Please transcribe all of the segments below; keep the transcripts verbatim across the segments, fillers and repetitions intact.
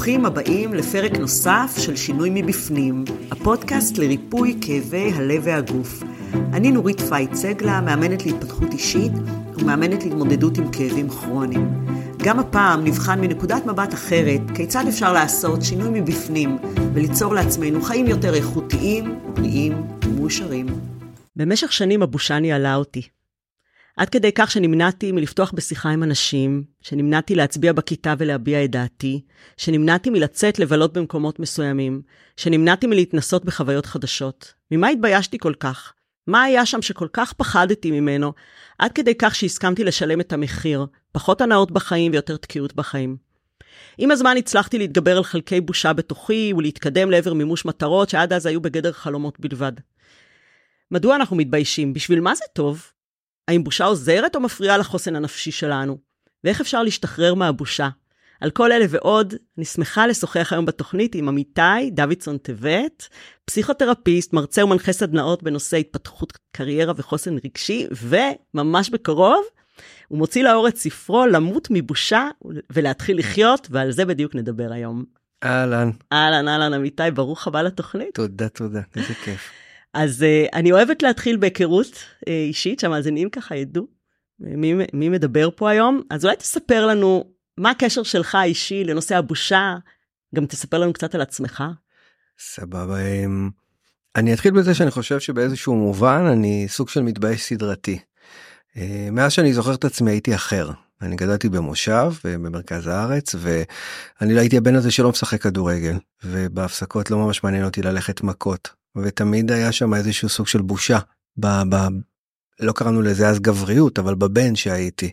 ברוכים הבאים לפרק נוסף של שינוי מבפנים, הפודקאסט לריפוי כאבי הלב והגוף. אני נורית פייט סגלה, מאמנת להתפתחות אישית ומאמנת להתמודדות עם כאבים כרוניים. גם הפעם נבחן מנקודת מבט אחרת כיצד אפשר לעשות שינוי מבפנים וליצור לעצמנו חיים יותר איכותיים, בריאים ומאושרים. במשך שנים הבושה ניהלה אותי. עד כדי כך שנמנעתי מלפתוח בשיחה עם אנשים, שנמנעתי להצביע בכיתה ולהביע את דעתי, שנמנעתי מלצאת לבלות במקומות מסוימים, שנמנעתי מלהתנסות בחוויות חדשות. ממה התביישתי כל כך? מה היה שם שכל כך פחדתי ממנו, עד כדי כך שהסכמתי לשלם את המחיר, פחות הנאות בחיים ויותר תקיעות בחיים. עם הזמן הצלחתי להתגבר על חלקי בושה בתוכי ולהתקדם לעבר מימוש מטרות שעד אז היו בגדר חלומות בלבד. מדוע אנחנו מתביישים? בשביל מה זה טוב? האם בושה עוזרת או מפריעה לחוסן הנפשי שלנו? ואיך אפשר להשתחרר מהבושה? על כל אלה ועוד, אני שמחה לשוחח היום בתוכנית עם עמיתי דוידסון טבת, פסיכותרפיסט, מרצה ומנחה סדנאות בנושא התפתחות קריירה וחוסן רגשי, וממש בקרוב הוא מוציא לאור את ספרו למות מבושה ולהתחיל לחיות, ועל זה בדיוק נדבר היום. אהלן. אהלן, אהלן, עמיתי, ברוך הבא לתוכנית. תודה, תודה, איזה כיף. אז uh, אני אוהבת להתחיל בהיכרות uh, אישית, שהמאזינים ככה ידעו מי, מי מדבר פה היום. אז אולי תספר לנו מה הקשר שלך האישי לנושא הבושה, גם תספר לנו קצת על עצמך. סבבה, אני אתחיל בזה שאני חושב שבאיזשהו מובן אני סוג של מתבייש סדרתי. מאז שאני זוכר את עצמי הייתי אחר. אני גדלתי במושב במרכז הארץ, ואני לא הייתי הבן הזה שלא משחק כדורגל, ובהפסקות לא ממש מעניין אותי ללכת מכות. ותמיד היה שם איזשהו סוג של בושה, ב, ב, לא קראנו לזה אז גבריות, אבל בבן שהייתי.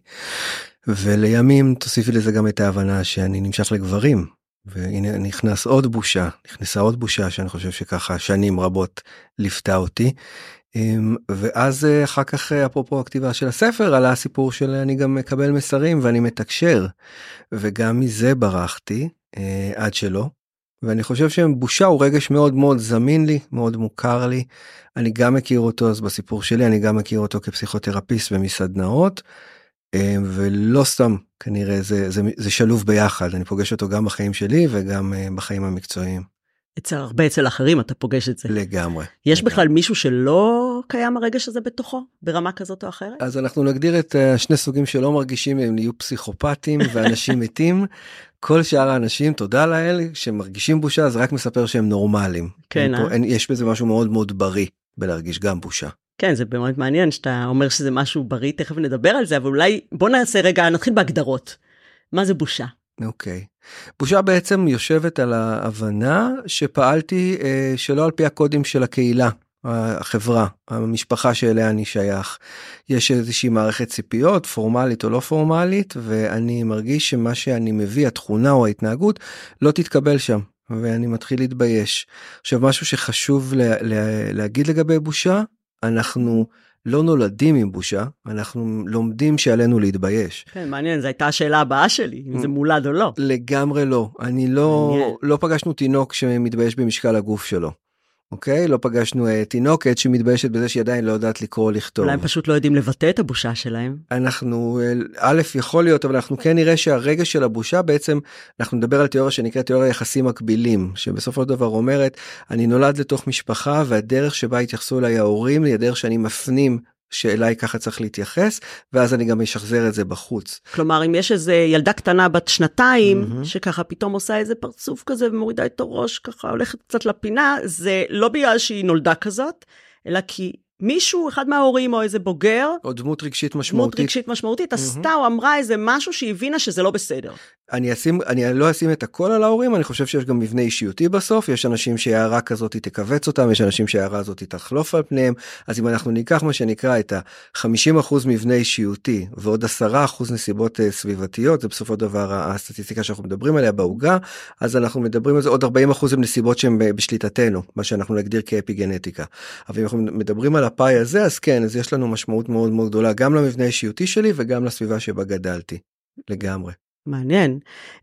ולימים תוסיפי לזה גם את ההבנה שאני נמשך לגברים, והנה נכנס עוד בושה, נכנסה עוד בושה שאני חושב שככה שנים רבות לפתה אותי, ואז אחר כך אפרופו הכתיבה של הספר, עלה הסיפור של אני גם מקבל מסרים ואני מתקשר, וגם מזה ברחתי עד שלא. ואני חושב שבושה הוא רגש מאוד מאוד זמין לי, מאוד מוכר לי. אני גם מכיר אותו, אז בסיפור שלי, אני גם מכיר אותו כפסיכותרפיסט ומסדנאות, ולא סתם, כנראה זה, זה, זה שלוב ביחד. אני פוגש אותו גם בחיים שלי וגם בחיים המקצועיים. אצל הרבה אצל אחרים אתה פוגש את זה. לגמרי. יש לגמרי. בכלל מישהו שלא קיים הרגש הזה בתוכו, ברמה כזאת או אחרת? אז אנחנו נגדיר את שני סוגים שלא מרגישים, הם נהיו פסיכופטים ואנשים מתים. כל שאר האנשים, תודה לאל, שמרגישים בושה, אז רק מספר שהם נורמליים. כן, פה, אה? אין, יש בזה משהו מאוד מאוד בריא, בלהרגיש גם בושה. כן, זה באמת מעניין שאתה אומר שזה משהו בריא, תכף נדבר על זה, אבל אולי בוא נעשה רגע, נתחיל בהגדרות. מה זה בושה? אוקיי. בושה בעצם יושבת על ההבנה שפעלתי אה, שלא על פי הקודים של הקהילה, החברה, המשפחה שאליה אני שייך. יש איזושהי מערכת ציפיות, פורמלית או לא פורמלית, ואני מרגיש שמה שאני מביא, התכונה או ההתנהגות, לא תתקבל שם, ואני מתחיל להתבייש. עכשיו, משהו שחשוב לה, לה, להגיד לגבי בושה, אנחנו לא נולדים עם בושה, אנחנו לומדים שעלינו להתבייש. כן, מעניין, זו הייתה השאלה הבאה שלי, אם זה מולד או לא. לגמרי לא. אני לא, לא פגשנו תינוק שמתבייש במשקל הגוף שלו. אוקיי? לא פגשנו uh, תינוקת שמתביישת בזה שהיא עדיין לא יודעת לקרוא או לכתוב. אולי הם פשוט לא יודעים לבטא את הבושה שלהם. אנחנו, א', יכול להיות, אבל אנחנו כן נראה שהרגש של הבושה בעצם, אנחנו נדבר על תיאוריה שנקראת תיאוריה יחסים מקבילים, שבסופו של דבר אומרת, אני נולד לתוך משפחה, והדרך שבה התייחסו אליי ההורים, היא הדרך שאני מפנים שאליי ככה צריך להתייחס, ואז אני גם אשחזר את זה בחוץ. כלומר, אם יש איזו ילדה קטנה בת שנתיים, mm-hmm. שככה פתאום עושה איזה פרצוף כזה, ומורידה את הראש, ככה הולכת קצת לפינה, זה לא בגלל שהיא נולדה כזאת, אלא כי מישהו, אחד מההורים או איזה בוגר, או דמות רגשית משמעותית. דמות רגשית משמעותית, עשתה או אמרה איזה משהו שהבינה שזה לא בסדר. אני אשים, אני לא אשים את הכל על ההורים, אני חושב שיש גם מבנה אישיותי בסוף, יש אנשים שהערה כזאת תקווץ אותם, יש אנשים שהערה הזאת תחלוף על פניהם, אז אם אנחנו ניקח מה שנקרא את ה-חמישים אחוז מבנה אישיותי, ועוד עשרה אחוז נסיבות סביבתיות, זה בסופו דבר הסטטיסטיקה שאנחנו מדברים עליה בהוגה, אז אנחנו מדברים על זה, עוד ארבעים אחוז הם נסיבות שהן בשליטתנו, מה שאנחנו נגדיר כאפיגנטיקה. אבל אם אנחנו מדברים על הפאי הזה, אז כן, אז יש לנו משמעות מאוד מאוד גדולה, גם למבנה האישיותי שלי, וגם לסביבה שבה גדלתי, לגמרי. מעניין.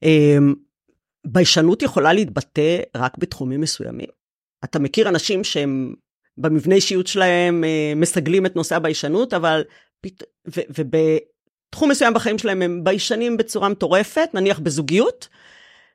ביישנות יכולה להתבטא רק בתחומים מסוימים. אתה מכיר אנשים שהם במבנה אישיות שלהם מסגלים את נושא הביישנות, אבל ובתחום מסוים בחיים שלהם הם ביישנים בצורה מטורפת, נניח בזוגיות,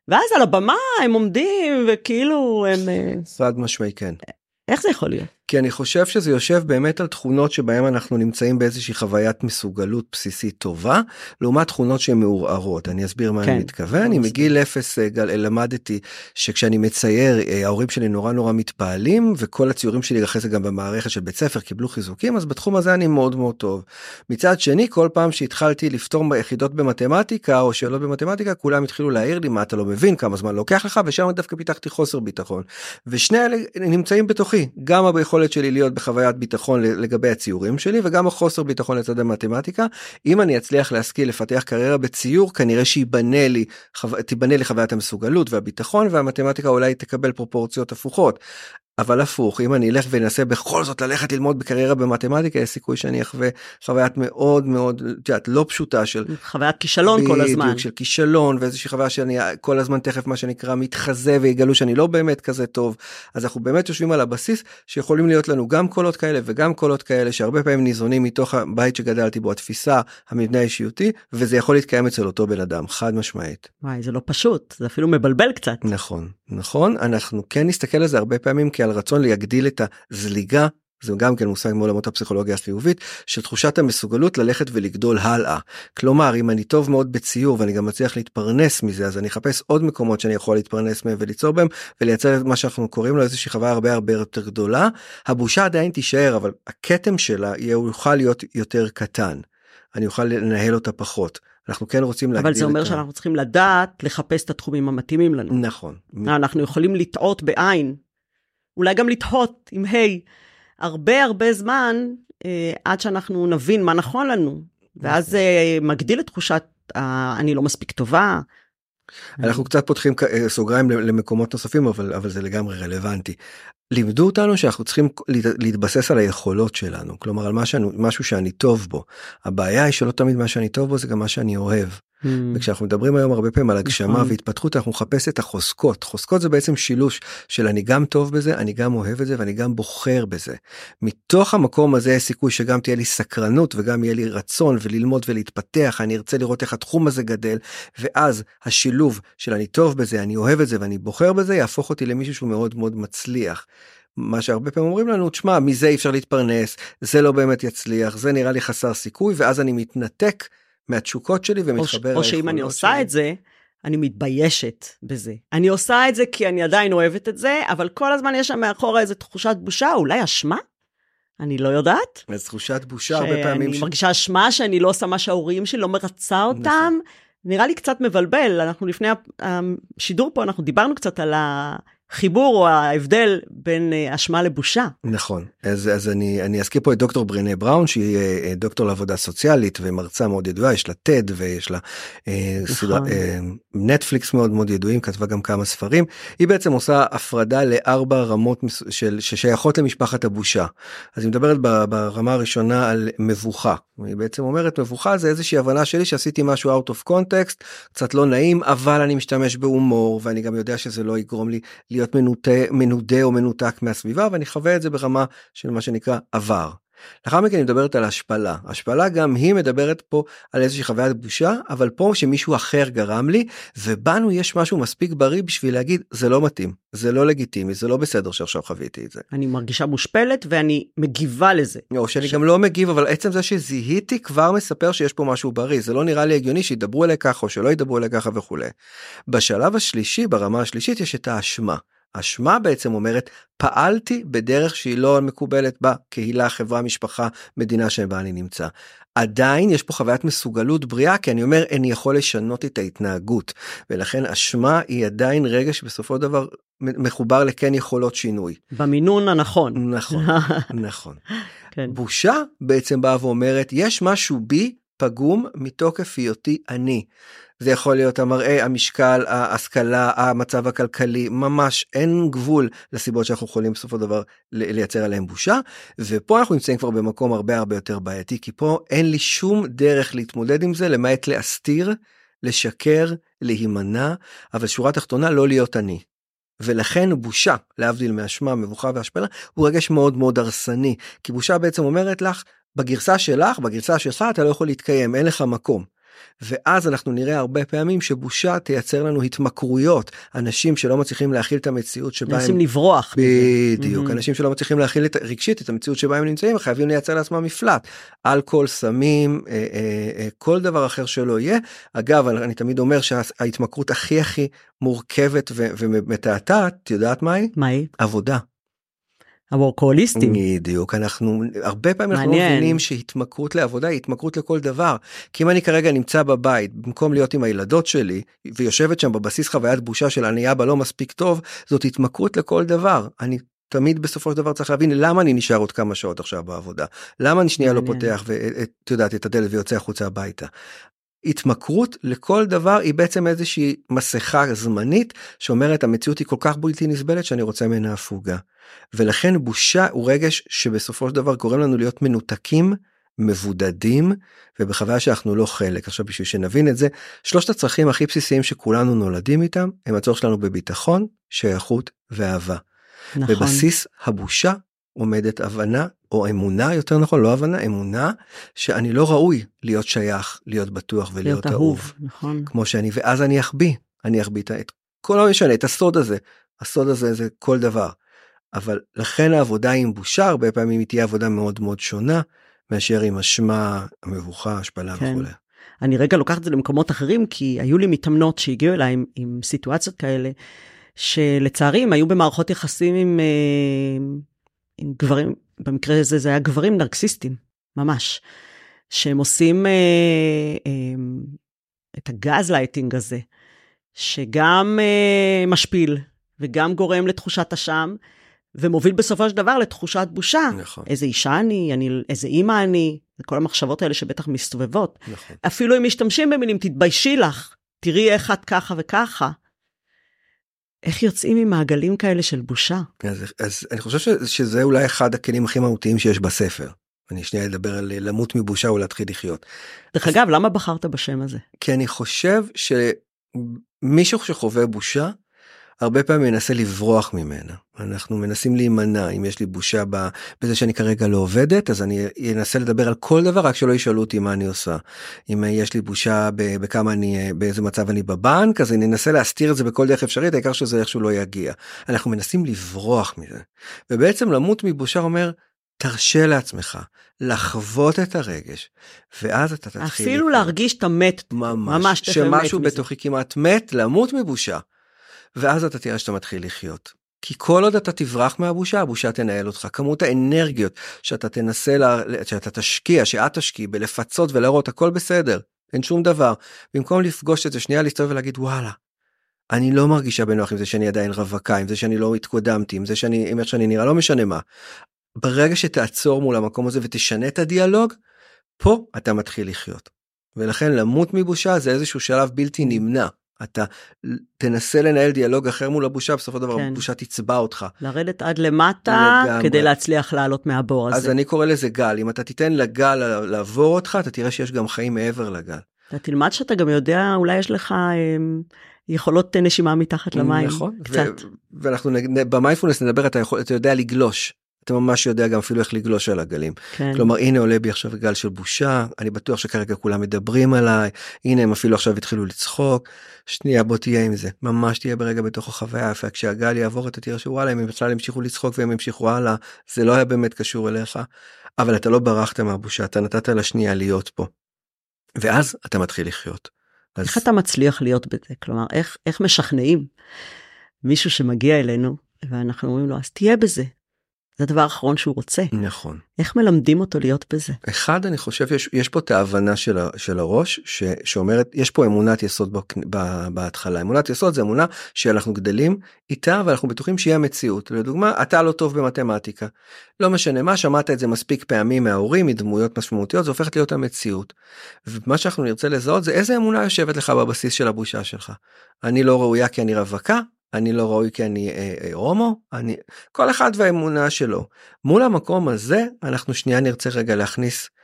ואז על הבמה הם עומדים, וכאילו הם... חד משמעי, כן. איך זה יכול להיות? כי אני חושב שזה יושב באמת על תכונות שבהם אנחנו נמצאים באיזושהי חוויית מסוגלות בסיסית טובה, לעומת תכונות שהן מעורערות. אני אסביר מה כן, אני מתכוון. אני מגיל אפס למדתי שכשאני מצייר, ההורים שלי נורא נורא מתפעלים, וכל הציורים שלי אחרי זה גם במערכת של בית ספר קיבלו חיזוקים, אז בתחום הזה אני מאוד מאוד טוב. מצד שני, כל פעם שהתחלתי לפתור יחידות במתמטיקה, או שאלות במתמטיקה, כולם התחילו להעיר לי, מה אתה לא מבין, כמה זמן לוקח לך, ושם דווקא פיתחתי חוסר ביטחון. ושני אלה נמצאים בתוכי, גם היכולת שלי להיות בחוויית ביטחון לגבי הציורים שלי, וגם החוסר ביטחון לצד המתמטיקה. אם אני אצליח להשכיל לפתח קריירה בציור, כנראה שיבנה לי, תיבנה לי חוויית המסוגלות והביטחון, והמתמטיקה אולי תקבל פרופורציות הפוכות. אבל הפוך, אם אני אלך ונסה בכל זאת ללכת ללמוד בקריירה במתמטיקה, יש סיכוי שאני אחווה חוויית מאוד מאוד, תיודעת, לא פשוטה של... חוויית כישלון כל הזמן. בדיוק, של כישלון, ואיזושהי חוויה שאני כל הזמן תכף מה שנקרא מתחזה, ויגלו שאני לא באמת כזה טוב. אז אנחנו באמת יושבים על הבסיס, שיכולים להיות לנו גם קולות כאלה, וגם קולות כאלה, שהרבה פעמים ניזונים מתוך הבית שגדלתי בו, התפיסה, המבנה האישיותי, וזה יכול להתקיים אצל אותו בן אדם, חד משמעית. וואי, זה לא פשוט, זה אפילו מבלבל קצת. נכון, נכון. אנחנו כן נסתכל על זה הרבה פעמים על רצון להגדיל את הזליגה, זה גם כן מושג מעולמות הפסיכולוגיה החיובית, של תחושת המסוגלות ללכת ולגדול הלאה. כלומר, אם אני טוב מאוד בציור, ואני גם מצליח להתפרנס מזה, אז אני אחפש עוד מקומות שאני יכול להתפרנס מהם וליצור בהם, ולייצר את מה שאנחנו קוראים לו איזושהי חוויה הרבה הרבה יותר גדולה. הבושה עדיין תישאר, אבל הכתם שלה יוכל להיות יותר קטן. אני אוכל לנהל אותה פחות. אנחנו כן רוצים להגדיל את ה... אבל זה אומר שאנחנו צריכים לדעת לחפש את התחומים המתאימים לנו. נכון. אנחנו יכולים לטעות בעין, אולי גם לטעות עם היי, הרבה הרבה זמן, אה, עד שאנחנו נבין מה נכון לנו, ואז זה אה, מגדיל את תחושת, אה, אני לא מספיק טובה. אנחנו קצת פותחים סוגריים למקומות נוספים, אבל, אבל זה לגמרי רלוונטי. לימדו אותנו שאנחנו צריכים להתבסס על היכולות שלנו, כלומר על משהו, משהו שאני טוב בו. הבעיה היא שלא תמיד מה שאני טוב בו, זה גם מה שאני אוהב. Mm. וכשאנחנו מדברים היום הרבה פעמים על הגשמה נכון. והתפתחות, אנחנו מחפש את החוזקות. חוזקות זה בעצם שילוש של אני גם טוב בזה, אני גם אוהב את זה, ואני גם בוחר בזה. מתוך המקום הזה יש סיכוי שגם תהיה לי סקרנות, וגם יהיה לי רצון וללמוד ולהתפתח, אני ארצה לראות איך התחום הזה גדל, ואז השילוב של אני טוב בזה, אני אוהב את זה, ואני בוחר בזה, יהפוך אותי למישהו שהוא מאוד מאוד מצליח. מה שהרבה פעמים אומרים לנו, תשמע, מזה אי אפשר להתפרנס, זה לא באמת יצליח, זה נראה לי חסר סיכוי, ואז אני מתנתק מהתשוקות שלי ומתחבר. או, או שאם אני עושה שלי. את זה, אני מתביישת בזה. אני עושה את זה כי אני עדיין אוהבת את זה, אבל כל הזמן יש שם מאחורה איזו תחושת בושה, אולי אשמה? אני לא יודעת. אז תחושת בושה הרבה פעמים. שאני ש... מרגישה אשמה שאני לא עושה מה שההורים שלי לא מרצה אותם. נכון. נראה לי קצת מבלבל. אנחנו לפני השידור פה, אנחנו דיברנו קצת על ה... חיבור או ההבדל בין אשמה לבושה. נכון. אז, אז אני, אני אזכיר פה את דוקטור ברנה בראון, שהיא דוקטור לעבודה סוציאלית ומרצה מאוד ידועה, יש לה טד ויש לה נכון. סדרה, נטפליקס מאוד מאוד ידועים, כתבה גם כמה ספרים. היא בעצם עושה הפרדה לארבע רמות של, ששייכות למשפחת הבושה. אז היא מדברת ברמה הראשונה על מבוכה. היא בעצם אומרת, מבוכה זה איזושהי הבנה שלי שעשיתי משהו out of context, קצת לא נעים, אבל אני משתמש בהומור, ואני גם יודע שזה לא יגרום לי להיות מנודה, מנודה או מנותק מהסביבה, ואני חווה את זה ברמה של מה שנקרא עבר. לאחר מכן אני מדברת על השפלה. השפלה גם היא מדברת פה על איזושהי חוויית בושה, אבל פה שמישהו אחר גרם לי, ובנו יש משהו מספיק בריא בשביל להגיד, זה לא מתאים, זה לא לגיטימי, זה לא בסדר שעכשיו חוויתי את זה. אני מרגישה מושפלת ואני מגיבה לזה. או שאני ש... גם לא מגיב, אבל עצם זה שזיהיתי כבר מספר שיש פה משהו בריא. זה לא נראה לי הגיוני שידברו אליי ככה, או שלא ידברו אליי ככה וכו'. בשלב השלישי, ברמה השלישית, יש את האשמה. אשמה בעצם אומרת, פעלתי בדרך שהיא לא מקובלת בקהילה, חברה, משפחה, מדינה שבה אני נמצא. עדיין יש פה חוויית מסוגלות בריאה, כי אני אומר, אני יכול לשנות את ההתנהגות, ולכן אשמה היא עדיין רגע שבסופו דבר מחובר לכן יכולות שינוי. במינון הנכון. נכון, נכון. כן. בושה בעצם באה ואומרת, יש משהו בי פגום מתוקף היותי אני. זה יכול להיות המראה, המשקל, ההשכלה, המצב הכלכלי, ממש אין גבול לסיבות שאנחנו יכולים בסופו דבר לייצר עליהם בושה, ופה אנחנו נמצאים כבר במקום הרבה הרבה יותר בעייתי, כי פה אין לי שום דרך להתמודד עם זה, למעט להסתיר, לשקר, להימנע, אבל שורה תחתונה לא להיות אני. ולכן בושה, להבדיל מאשמה, מבוכה והשפלה, הוא רגש מאוד מאוד הרסני, כי בושה בעצם אומרת לך, בגרסה שלך, בגרסה שלך אתה לא יכול להתקיים, אין לך מקום. ואז אנחנו נראה הרבה פעמים שבושה תייצר לנו התמכרויות, אנשים שלא מצליחים להכיל את המציאות שבה הם... מנסים לברוח. בדיוק, אנשים שלא מצליחים להכיל את, רגשית את המציאות שבה הם נמצאים, חייבים לייצר לעצמם מפלט, אלכוהול, סמים, אה, אה, אה, כל דבר אחר שלא יהיה. אגב, אני, אני תמיד אומר שההתמכרות הכי הכי מורכבת ו- ומתעתעת, את יודעת מה היא? מה היא? עבודה. הוורקוהוליסטים. בדיוק, אנחנו הרבה פעמים אנחנו מבינים שהתמכרות לעבודה היא התמכרות לכל דבר, כי אם אני כרגע נמצא בבית, במקום להיות עם הילדות שלי, ויושבת שם בבסיס חוויית בושה של אני אבא לא מספיק טוב, זאת התמכרות לכל דבר. אני תמיד בסופו של דבר צריך להבין למה אני נשאר עוד כמה שעות עכשיו בעבודה, למה אני שנייה לא פותח ואת יודעת את הדלת ויוצא החוצה הביתה. התמכרות לכל דבר היא בעצם איזושהי מסכה זמנית שאומרת המציאות היא כל כך בלתי נסבלת שאני רוצה ממנה הפוגה. ולכן בושה הוא רגש שבסופו של דבר גורם לנו להיות מנותקים, מבודדים, ובחוויה שאנחנו לא חלק. עכשיו בשביל שנבין את זה, שלושת הצרכים הכי בסיסיים שכולנו נולדים איתם, הם הצורך שלנו בביטחון, שייכות ואהבה. נכון. בבסיס הבושה עומדת הבנה, או אמונה, יותר נכון, לא הבנה, אמונה, שאני לא ראוי להיות שייך, להיות בטוח ולהיות אהוב. אהוב. נכון. כמו שאני, ואז אני אחביא, אני אחביא את כל לא משנה, את הסוד הזה. הסוד הזה זה כל דבר. אבל לכן העבודה עם בושה, הרבה פעמים היא תהיה עבודה מאוד מאוד שונה, מאשר עם אשמה, המבוכה, השפלה כן. וכו'. אני רגע לוקחת את זה למקומות אחרים, כי היו לי מתאמנות שהגיעו אליי עם, עם סיטואציות כאלה, שלצערי הם היו במערכות יחסים עם, עם גברים, במקרה הזה זה היה גברים נרקסיסטים, ממש, שהם עושים אה, אה, את הגז לייטינג הזה, שגם אה, משפיל, וגם גורם לתחושת אשם, ומוביל בסופו של דבר לתחושת בושה. נכון. איזה אישה אני, אני איזה אימא אני, כל המחשבות האלה שבטח מסתובבות. נכון. אפילו אם משתמשים במילים, תתביישי לך, תראי איך את ככה וככה. איך יוצאים ממעגלים כאלה של בושה? אז, אז אני חושב ש, שזה אולי אחד הכלים הכי מהותיים שיש בספר. אני שנייה אדבר על למות מבושה או להתחיל לחיות. דרך אגב, למה בחרת בשם הזה? כי אני חושב שמישהו שחווה בושה, הרבה פעמים מנסה לברוח ממנה. אנחנו מנסים להימנע. אם יש לי בושה בזה שאני כרגע לא עובדת, אז אני אנסה לדבר על כל דבר, רק שלא ישאלו אותי מה אני עושה. אם יש לי בושה בכמה אני, באיזה מצב אני בבנק, אז אני אנסה להסתיר את זה בכל דרך אפשרית, העיקר שזה איכשהו לא יגיע. אנחנו מנסים לברוח מזה. ובעצם למות מבושה אומר, תרשה לעצמך, לחוות את הרגש, ואז אתה תתחיל... אפילו להרגיש את המת. ממש. ממש שמשהו בתוכי כמעט מת, למות מבושה. ואז אתה תראה שאתה מתחיל לחיות. כי כל עוד אתה תברח מהבושה, הבושה תנהל אותך. כמות האנרגיות שאתה תנסה, לה, שאתה תשקיע, שאת תשקיע, בלפצות ולהראות, הכל בסדר, אין שום דבר. במקום לפגוש את זה שנייה, להסתובב ולהגיד, וואלה, אני לא מרגישה בנוח עם זה שאני עדיין רווקה, עם זה שאני לא התקודמתי, עם זה שאני, עם איך שאני נראה, לא משנה מה. ברגע שתעצור מול המקום הזה ותשנה את הדיאלוג, פה אתה מתחיל לחיות. ולכן למות מבושה זה איזשהו שלב בלתי נמנע. אתה תנסה לנהל דיאלוג אחר מול הבושה, בסופו של דבר כן. הבושה תצבע אותך. לרדת עד למטה, לגמרי. כדי להצליח לעלות מהבור הזה. אז אני קורא לזה גל, אם אתה תיתן לגל לעבור אותך, אתה תראה שיש גם חיים מעבר לגל. אתה תלמד שאתה גם יודע, אולי יש לך הם, יכולות נשימה מתחת למים. נכון, קצת. ו- ואנחנו במיינדפולנס נדבר, אתה, יכול, אתה יודע לגלוש. אתה ממש יודע גם אפילו איך לגלוש על הגלים. כן. כלומר, הנה עולה בי עכשיו גל של בושה, אני בטוח שכרגע כולם מדברים עליי, הנה הם אפילו עכשיו התחילו לצחוק, שנייה בוא תהיה עם זה, ממש תהיה ברגע בתוך החוויה, וכשהגל יעבור אתה תראה שוואלה, הם בכלל המשיכו לצחוק והם המשיכו הלאה, זה לא היה באמת קשור אליך, אבל אתה לא ברחת מהבושה, אתה נתת לשנייה להיות פה, ואז אתה מתחיל לחיות. אז... איך אתה מצליח להיות בזה? כלומר, איך, איך משכנעים מישהו שמגיע אלינו, ואנחנו אומרים לו, אז תהיה בזה. זה הדבר האחרון שהוא רוצה. נכון. איך מלמדים אותו להיות בזה? אחד, אני חושב, יש, יש פה את ההבנה של, ה, של הראש, ש, שאומרת, יש פה אמונת יסוד ב, ב, בהתחלה. אמונת יסוד זה אמונה שאנחנו גדלים איתה, ואנחנו בטוחים שהיא המציאות. לדוגמה, אתה לא טוב במתמטיקה. לא משנה מה, שמעת את זה מספיק פעמים מההורים, מדמויות משמעותיות, זה הופכת להיות המציאות. ומה שאנחנו נרצה לזהות, זה איזה אמונה יושבת לך בבסיס של הבושה שלך. אני לא ראויה כי אני רווקה, אני לא ראוי כי אני אה, אה, הומו, אני, כל אחד והאמונה שלו. מול המקום הזה, אנחנו שנייה נרצה רגע להכניס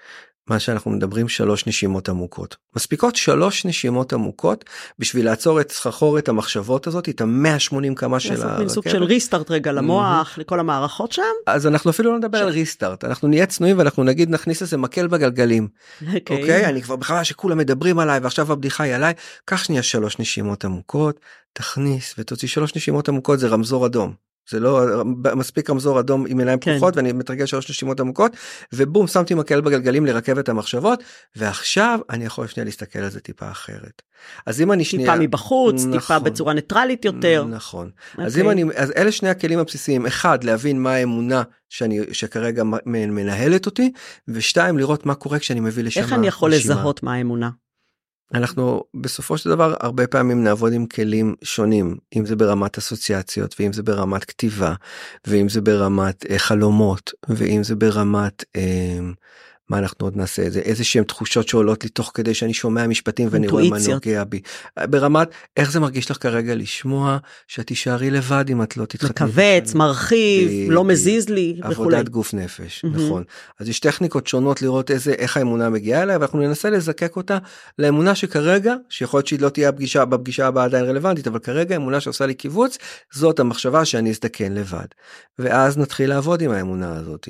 מה שאנחנו מדברים שלוש נשימות עמוקות. מספיקות שלוש נשימות עמוקות בשביל לעצור את סחרחורת המחשבות הזאת, את ה-מאה ושמונים קמ"ש של הרכבת. לעשות סוג של ריסטארט רגע למוח, mm-hmm. לכל המערכות שם. אז אנחנו אפילו לא נדבר ש... על ריסטארט, אנחנו נהיה צנועים ואנחנו נגיד נכניס לזה מקל בגלגלים. אוקיי, okay. okay? אני כבר בחוויה שכולם מדברים עליי ועכשיו הבדיחה היא עליי, קח שנייה שלוש נשימות עמוקות, תכניס ותוציא שלוש נשימות עמוקות, זה רמזור אדום. זה לא מספיק רמזור אדום עם עיניים פקוחות, ואני מתרגל שלוש נשימות עמוקות, ובום, שמתי מקל בגלגלים לרכב את המחשבות, ועכשיו אני יכול שנייה להסתכל על זה טיפה אחרת. אז אם אני שנייה... טיפה מבחוץ, טיפה בצורה ניטרלית יותר. נכון. אז אם אני, אז אלה שני הכלים הבסיסיים, אחד, להבין מה האמונה שאני, שכרגע מנהלת אותי, ושתיים, לראות מה קורה כשאני מביא לשם. איך אני יכול לזהות מה האמונה? אנחנו בסופו של דבר הרבה פעמים נעבוד עם כלים שונים, אם זה ברמת אסוציאציות, ואם זה ברמת כתיבה, ואם זה ברמת אה, חלומות, ואם זה ברמת, אה, מה אנחנו עוד נעשה את זה, איזה שהם תחושות שעולות לי תוך כדי שאני שומע משפטים ואני רואה מה נוגע בי. ברמת, איך זה מרגיש לך כרגע לשמוע, שאת תישארי לבד אם את לא תתחתני. מקווץ, מרחיב, לא מזיז לי, וכולי. עבודת גוף נפש, נכון. אז יש טכניקות שונות לראות איזה, איך האמונה מגיעה אליי, ואנחנו ננסה לזקק אותה לאמונה שכרגע, שיכול להיות שהיא לא תהיה בפגישה, בפגישה הבאה עדיין רלוונטית, אבל כרגע האמונה שעושה לי קיבוץ, זאת המחשבה שאני אזדקן לבד. ואז נתחיל לעבוד עם האמונה הזאת.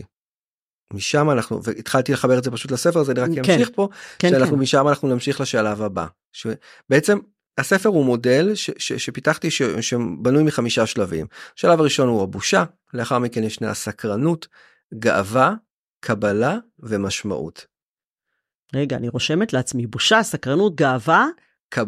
משם אנחנו, והתחלתי לחבר את זה פשוט לספר, אז אני רק אמשיך כן, פה, כן, שאנחנו כן. משם אנחנו נמשיך לשלב הבא. שבעצם הספר הוא מודל ש, ש, שפיתחתי ש, שבנוי מחמישה שלבים. השלב הראשון הוא הבושה, לאחר מכן ישנה הסקרנות, גאווה, קבלה ומשמעות. רגע, אני רושמת לעצמי, בושה, סקרנות, גאווה, קב,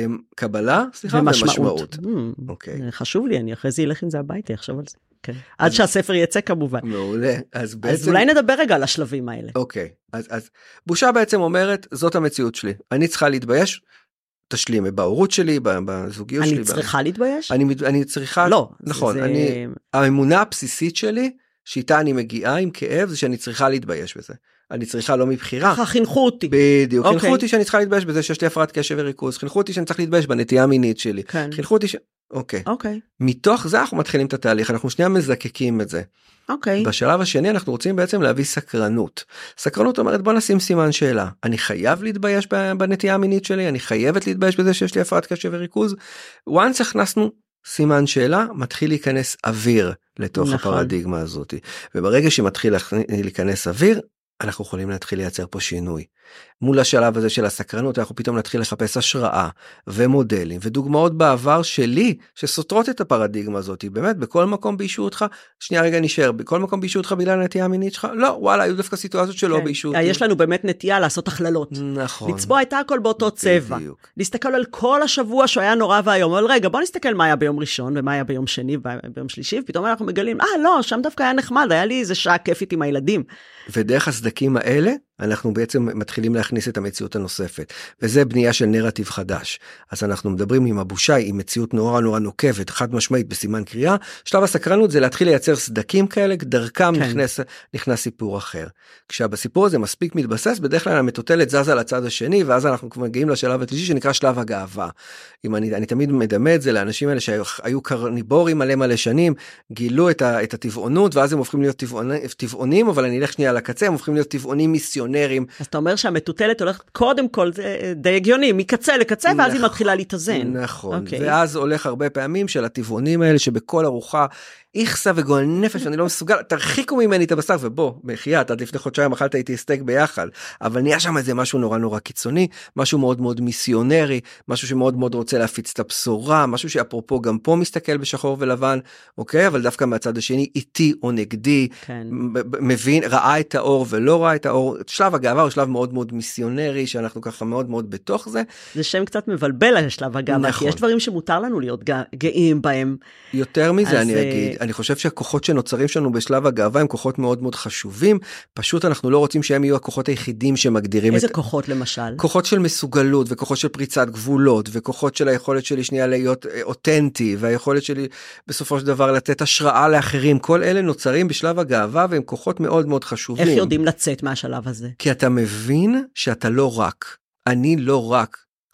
קבלה, סליחה, ומשמעות. Mm, okay. חשוב לי, אני אחרי זה ילך עם זה הביתה, יחשוב על זה. Okay. עד שהספר יצא כמובן. מעולה. אז, בעצם... אז אולי נדבר רגע על השלבים האלה. אוקיי, okay. אז, אז בושה בעצם אומרת, זאת המציאות שלי. אני צריכה להתבייש, תשלים בהורות שלי, בזוגיות אני שלי. אני צריכה ב... להתבייש? אני, אני צריכה, לא. נכון, זה... אני, האמונה הבסיסית שלי, שאיתה אני מגיעה עם כאב, זה שאני צריכה להתבייש בזה. אני צריכה לא מבחירה. ככה חינכו אותי. בדיוק, חינכו אותי שאני צריכה להתבייש בזה שיש לי הפרעת קשב וריכוז, חינכו אותי שאני צריך להתבייש בנטייה המינית שלי. חינכו אותי ש... אוקיי. אוקיי. מתוך זה אנחנו מתחילים את התהליך, אנחנו שנייה מזקקים את זה. אוקיי. בשלב השני אנחנו רוצים בעצם להביא סקרנות. סקרנות אומרת בוא נשים סימן שאלה. אני חייב להתבייש בנטייה המינית שלי, אני חייבת להתבייש בזה שיש לי הפרעת קשב וריכוז. once הכנסנו סימן שאלה, מתחיל להיכנס אוויר לתוך נכון. הפרדיגמה הזאת. וברגע שמתחיל להיכנס אוויר, אנחנו יכולים להתחיל לייצר פה שינוי. מול השלב הזה של הסקרנות, אנחנו פתאום נתחיל לחפש השראה ומודלים ודוגמאות בעבר שלי, שסותרות את הפרדיגמה הזאת. באמת, בכל מקום ביישו אותך, שנייה רגע נשאר, בכל מקום ביישו אותך בגלל הנטייה המינית שלך? לא, וואלה, היו דווקא סיטואציות שלא כן. ביישו אותי. יש לנו באמת נטייה לעשות הכללות. נכון. לצבוע את הכל באותו צבע. בדיוק. להסתכל על כל השבוע שהיה נורא והיום, אבל רגע, בוא נסתכל מה היה ביום ראשון, ומה היה ביום שני, וביום שלישי, ופתאום אנחנו מגלים, אה, לא, שם דווקא היה נחמד, היה לי איזה שעה כיפית עם הילדים. ודרך הסדקים האלה, אנחנו בעצם מתחילים להכניס את המציאות הנוספת, וזה בנייה של נרטיב חדש. אז אנחנו מדברים עם הבושה, עם מציאות נורא נורא נוקבת, חד משמעית בסימן קריאה. שלב הסקרנות זה להתחיל לייצר סדקים כאלה, דרכם כן. נכנס, נכנס סיפור אחר. כשבסיפור הזה מספיק מתבסס, בדרך כלל המטוטלת זזה לצד השני, ואז אנחנו מגיעים לשלב השלישי שנקרא שלב הגאווה. אם אני, אני תמיד מדמה את זה לאנשים האלה שהיו קרניבורים מלא מלא שנים, גילו את, ה, את הטבעונות, ואז הם הופכים להיות טבעונים, אבל אני אלך שנייה על הקצה, הם הופכים להיות טבעונים מיסיונרים. אז אתה אומר שהמטוטלת הולכת קודם כל, זה די הגיוני, מקצה לקצה, ואז היא מתחילה להתאזן. נכון, ואז הולך הרבה פעמים של הטבעונים האלה, שבכל ארוחה, איכסה וגועל נפש, אני לא מסוגל, תרחיקו ממני את הבשר, ובוא, בחייאת, עד לפני חודשיים אכלת איתי סטייק ביחד, אבל נהיה שם איזה משהו נורא נורא קיצוני, משהו מאוד מאוד מיסיונרי, משהו שמאוד מאוד רוצה להפיץ את הבשורה, משהו שאפרופו גם פה מסתכל בשחור ולבן, אוקיי, אבל דווקא מהצד השני, איתי או נגדי, כן. מבין, ראה את האור ולא ראה את האור, שלב הגאווה הוא שלב מאוד מאוד מיסיונרי, שאנחנו ככה מאוד מאוד בתוך זה. זה שם קצת מבלבל על שלב הגאווה, נכון. כי יש דברים שמותר לנו להיות גאים בהם. יותר מזה אני אגיד, אני חושב שהכוחות שנוצרים שלנו בשלב הגאווה הם כוחות מאוד מאוד חשובים, פשוט אנחנו לא רוצים שהם יהיו הכוחות היחידים שמגדירים איזה את... כוחות למשל? כוחות של מסוגלות, וכוחות של פריצת גבולות, וכוחות של היכולת שלי שנייה להיות אותנטי, והיכולת שלי בסופו של דבר לתת השראה לאחרים, כל אלה נוצרים בשלב הגאווה, והם כוחות מאוד מאוד חשובים. איך יודעים לצאת מהשלב הזה? כי אתה מבין שאתה לא רק, אני לא רק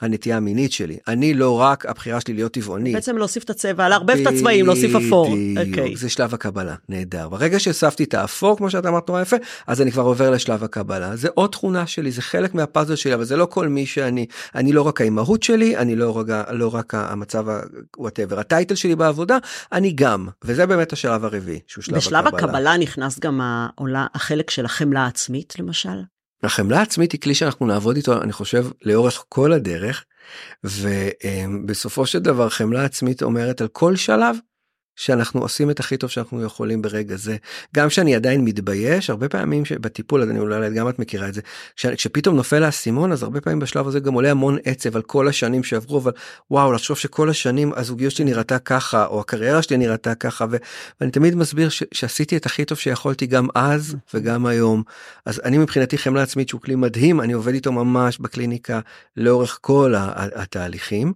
הנטייה המינית שלי. אני לא רק הבחירה שלי להיות טבעוני. בעצם להוסיף את הצבע, לערבב את הצבעים, להוסיף אפור. בדיוק, זה שלב הקבלה, נהדר. ברגע שהוספתי את האפור, כמו שאתה אמרת נורא יפה, אז אני כבר עובר לשלב הקבלה. זה עוד תכונה שלי, זה חלק מהפאזל שלי, אבל זה לא כל מי שאני, אני לא רק האימהות שלי, אני לא רק, לא רק המצב, whatever, הטייטל שלי בעבודה, אני גם, וזה באמת השלב הרביעי, שהוא שלב בשלב הקבלה. הקבלה נכנס גם העולה, החלק של החמלה העצמית, למשל. החמלה העצמית היא כלי שאנחנו נעבוד איתו, אני חושב, לאורך כל הדרך, ובסופו של דבר חמלה עצמית אומרת על כל שלב, שאנחנו עושים את הכי טוב שאנחנו יכולים ברגע זה. גם שאני עדיין מתבייש, הרבה פעמים בטיפול, אז אני אולי גם את מכירה את זה, כשפתאום נופל האסימון, אז הרבה פעמים בשלב הזה גם עולה המון עצב על כל השנים שעברו, אבל וואו, לחשוב שכל השנים הזוגיות שלי נראתה ככה, או הקריירה שלי נראתה ככה, ו- ואני תמיד מסביר ש- שעשיתי את הכי טוב שיכולתי גם אז וגם היום. אז אני מבחינתי חמלה עצמית שהוא כלי מדהים, אני עובד איתו ממש בקליניקה לאורך כל התהליכים.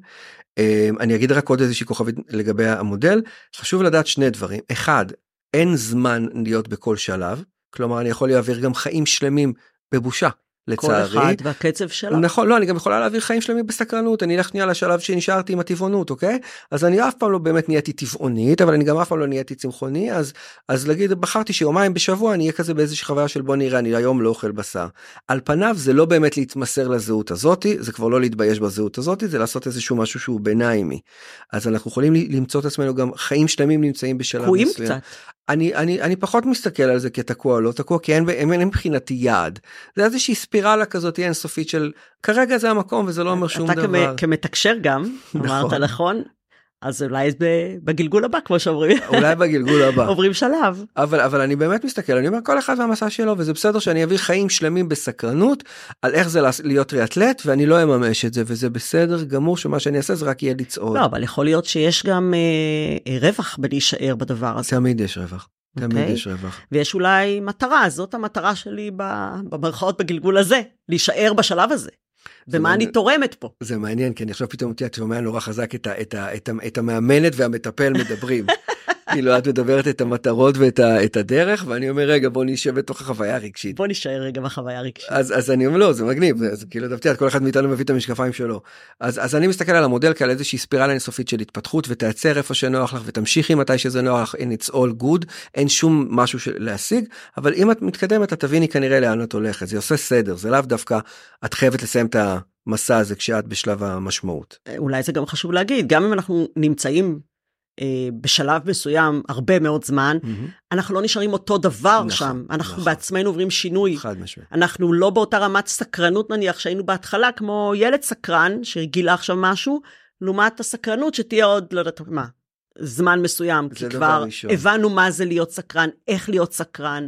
אני אגיד רק עוד איזושהי כוכבית לגבי המודל, חשוב לדעת שני דברים, אחד, אין זמן להיות בכל שלב, כלומר אני יכול להעביר גם חיים שלמים בבושה, לצערי. כל אחד והקצב שלו. נכון, לא, אני גם יכולה להעביר חיים שלמים בסקרנות, אני אלך שנייה לשלב שנשארתי עם הטבעונות, אוקיי? אז אני אף פעם לא באמת נהייתי טבעונית, אבל אני גם אף פעם לא נהייתי צמחוני, אז, אז להגיד, בחרתי שיומיים בשבוע, אני אהיה כזה באיזושהי חוויה של בוא נראה, אני היום לא אוכל בשר. על פניו זה לא באמת להתמסר לזהות הזאת, זה כבר לא להתבייש בזהות הזאת, זה לעשות איזשהו משהו שהוא ביניימי. אז אנחנו יכולים למצוא את עצמנו גם חיים שלמים נמצאים בשלב קועים מסוים. קצת. אני, אני, אני פחות מסתכל על זה כתקוע או לא תקוע, כי אין, אין, אין מבחינתי יעד. זה איזושהי ספירלה כזאת אינסופית של, כרגע זה המקום וזה לא אומר שום אתה דבר. אתה כמתקשר גם, אמרת נכון, אז אולי בגלגול הבא, כמו שאומרים. אולי בגלגול הבא. עוברים שלב. אבל, אבל אני באמת מסתכל, אני אומר, כל אחד והמסע שלו, וזה בסדר שאני אביא חיים שלמים בסקרנות, על איך זה להיות ריאטלט, ואני לא אממש את זה, וזה בסדר גמור, שמה שאני אעשה זה רק יהיה לצעוד. לא, אבל יכול להיות שיש גם אה, רווח בלהישאר בדבר הזה. תמיד יש רווח. תמיד okay. יש רווח. ויש אולי מטרה, זאת המטרה שלי במרכאות בגלגול הזה, להישאר בשלב הזה. ומה אני תורמת פה? זה מעניין, כי אני חושב פתאום אותי, את שומע נורא חזק את, ה, את, ה, את, ה, את המאמנת והמטפל מדברים. כאילו את מדברת את המטרות ואת ה, את הדרך, ואני אומר רגע בוא נשב בתוך החוויה הרגשית. בוא נשאר רגע בחוויה הרגשית. אז, אז אני אומר לא, זה מגניב, זה, זה כאילו דווקא, כל אחד מאיתנו מביא את המשקפיים שלו. אז, אז אני מסתכל על המודל כעל איזושהי ספירלה אינסופית של התפתחות, ותעצר איפה שנוח לך, ותמשיכי מתי שזה נוח, and it's all good, אין שום משהו של, להשיג, אבל אם את מתקדמת, את תביני כנראה לאן את הולכת, זה עושה סדר, זה לאו דווקא, את חייבת לסיים את המסע הזה כשאת בשלב המשמעות. אולי זה גם חשוב להגיד, גם אם אנחנו נמצאים אה, בשלב מסוים הרבה מאוד זמן, mm-hmm. אנחנו לא נשארים אותו דבר נכון, שם, אנחנו נכון. בעצמנו עוברים שינוי, חד משמעית. אנחנו לא באותה רמת סקרנות נניח שהיינו בהתחלה, כמו ילד סקרן שגילה עכשיו משהו, לעומת הסקרנות שתהיה עוד, לא יודעת מה, זמן מסוים, כי כבר ראשון. הבנו מה זה להיות סקרן, איך להיות סקרן,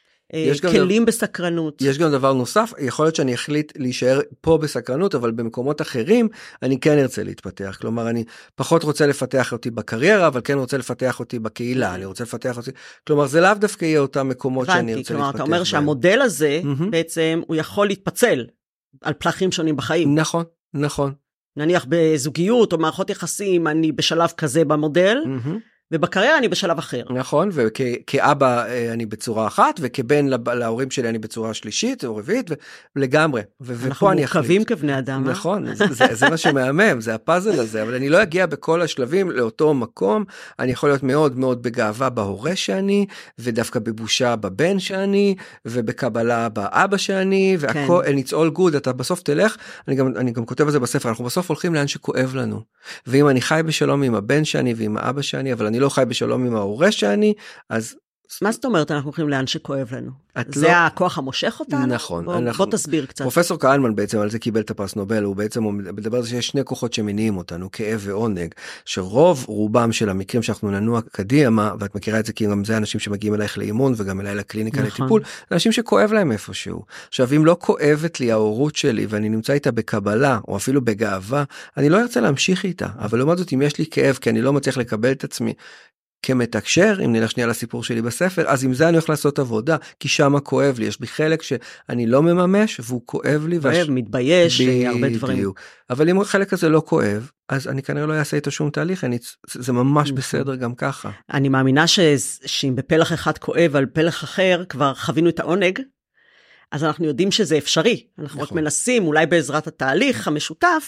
כלים דבר, בסקרנות. יש גם דבר נוסף, יכול להיות שאני אחליט להישאר פה בסקרנות, אבל במקומות אחרים אני כן ארצה להתפתח, כלומר אני פחות רוצה לפתח אותי בקריירה, אבל כן רוצה לפתח אותי בקהילה, אני רוצה לפתח אותי, כלומר זה לאו דווקא יהיה אותם מקומות שאני ארצה כלומר, להתפתח. אתה אומר שהמודל הזה mm-hmm. בעצם הוא יכול להתפצל על פלחים שונים בחיים. נכון, נכון. נניח בזוגיות או מערכות יחסים, אני בשלב כזה במודל, mm-hmm. ובקריירה אני בשלב אחר. נכון, וכאבא אני בצורה אחת, וכבן להורים שלי אני בצורה שלישית או רביעית, ולגמרי. אנחנו מורכבים כבני אדם. נכון, זה, זה מה שמהמם, זה הפאזל הזה, אבל אני לא אגיע בכל השלבים לאותו מקום, אני יכול להיות מאוד מאוד בגאווה בהורה שאני, ודווקא בבושה בבן שאני, ובקבלה באבא שאני, והכל, and it's all good, אתה בסוף תלך, אני גם, אני גם כותב על זה בספר, אנחנו בסוף הולכים לאן שכואב לנו, ואם אני חי בשלום עם הבן שאני, ועם האבא שאני, אבל אני לא חי בשלום עם ההורה שאני, אז... מה זאת אומרת אנחנו הולכים לאן שכואב לנו? זה לא... הכוח המושך אותנו? נכון. בוא, אנחנו... בוא תסביר קצת. פרופסור כהנמן בעצם על זה קיבל את הפרס נובל, הוא בעצם מדבר על זה שיש שני כוחות שמניעים אותנו, כאב ועונג, שרוב רובם של המקרים שאנחנו ננוע קדימה, ואת מכירה את זה כי גם זה אנשים שמגיעים אלייך לאימון, וגם אליי לקליניקה נכון. לטיפול, אנשים שכואב להם איפשהו. עכשיו אם לא כואבת לי ההורות שלי, ואני נמצא איתה בקבלה, או אפילו בגאווה, אני לא ארצה להמשיך איתה, אבל לעומת זאת אם יש לי כאב, כי אני לא מצליח לקבל את עצמי, כמתקשר, אם נלך שנייה לסיפור שלי בספר, אז עם זה אני הולך לעשות עבודה, כי שמה כואב לי, יש בי חלק שאני לא מממש, והוא כואב לי. כואב, וש... מתבייש, ב... הרבה דברים. בדיוק. אבל אם החלק הזה לא כואב, אז אני כנראה לא אעשה איתו שום תהליך, אני... זה ממש בסדר גם ככה. אני מאמינה ש... שאם בפלח אחד כואב, על פלח אחר, כבר חווינו את העונג, אז אנחנו יודעים שזה אפשרי. אנחנו נכון. רק מנסים, אולי בעזרת התהליך המשותף,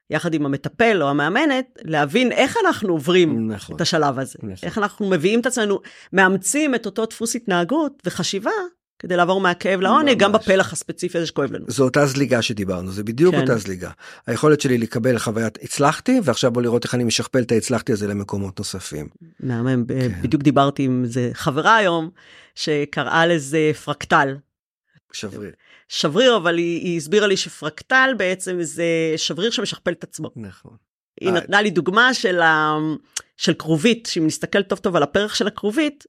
יחד עם המטפל או המאמנת, להבין איך אנחנו עוברים נכון. את השלב הזה. נכון. איך אנחנו מביאים את עצמנו, מאמצים את אותו דפוס התנהגות וחשיבה, כדי לעבור מהכאב לעונג, גם בפלח הספציפי הזה שכואב לנו. זו אותה זליגה שדיברנו, זה בדיוק כן. אותה זליגה. היכולת שלי לקבל חוויית הצלחתי, ועכשיו בוא לראות איך אני משכפל את ההצלחתי הזה למקומות נוספים. מהמם, כן. בדיוק דיברתי עם זה חברה היום, שקראה לזה פרקטל. שבריר. שבריר, אבל היא, היא הסבירה לי שפרקטל בעצם זה שבריר שמשכפל את עצמו. נכון. היא נתנה לי דוגמה של, ה... של קרובית, שאם נסתכל טוב טוב על הפרח של הקרובית,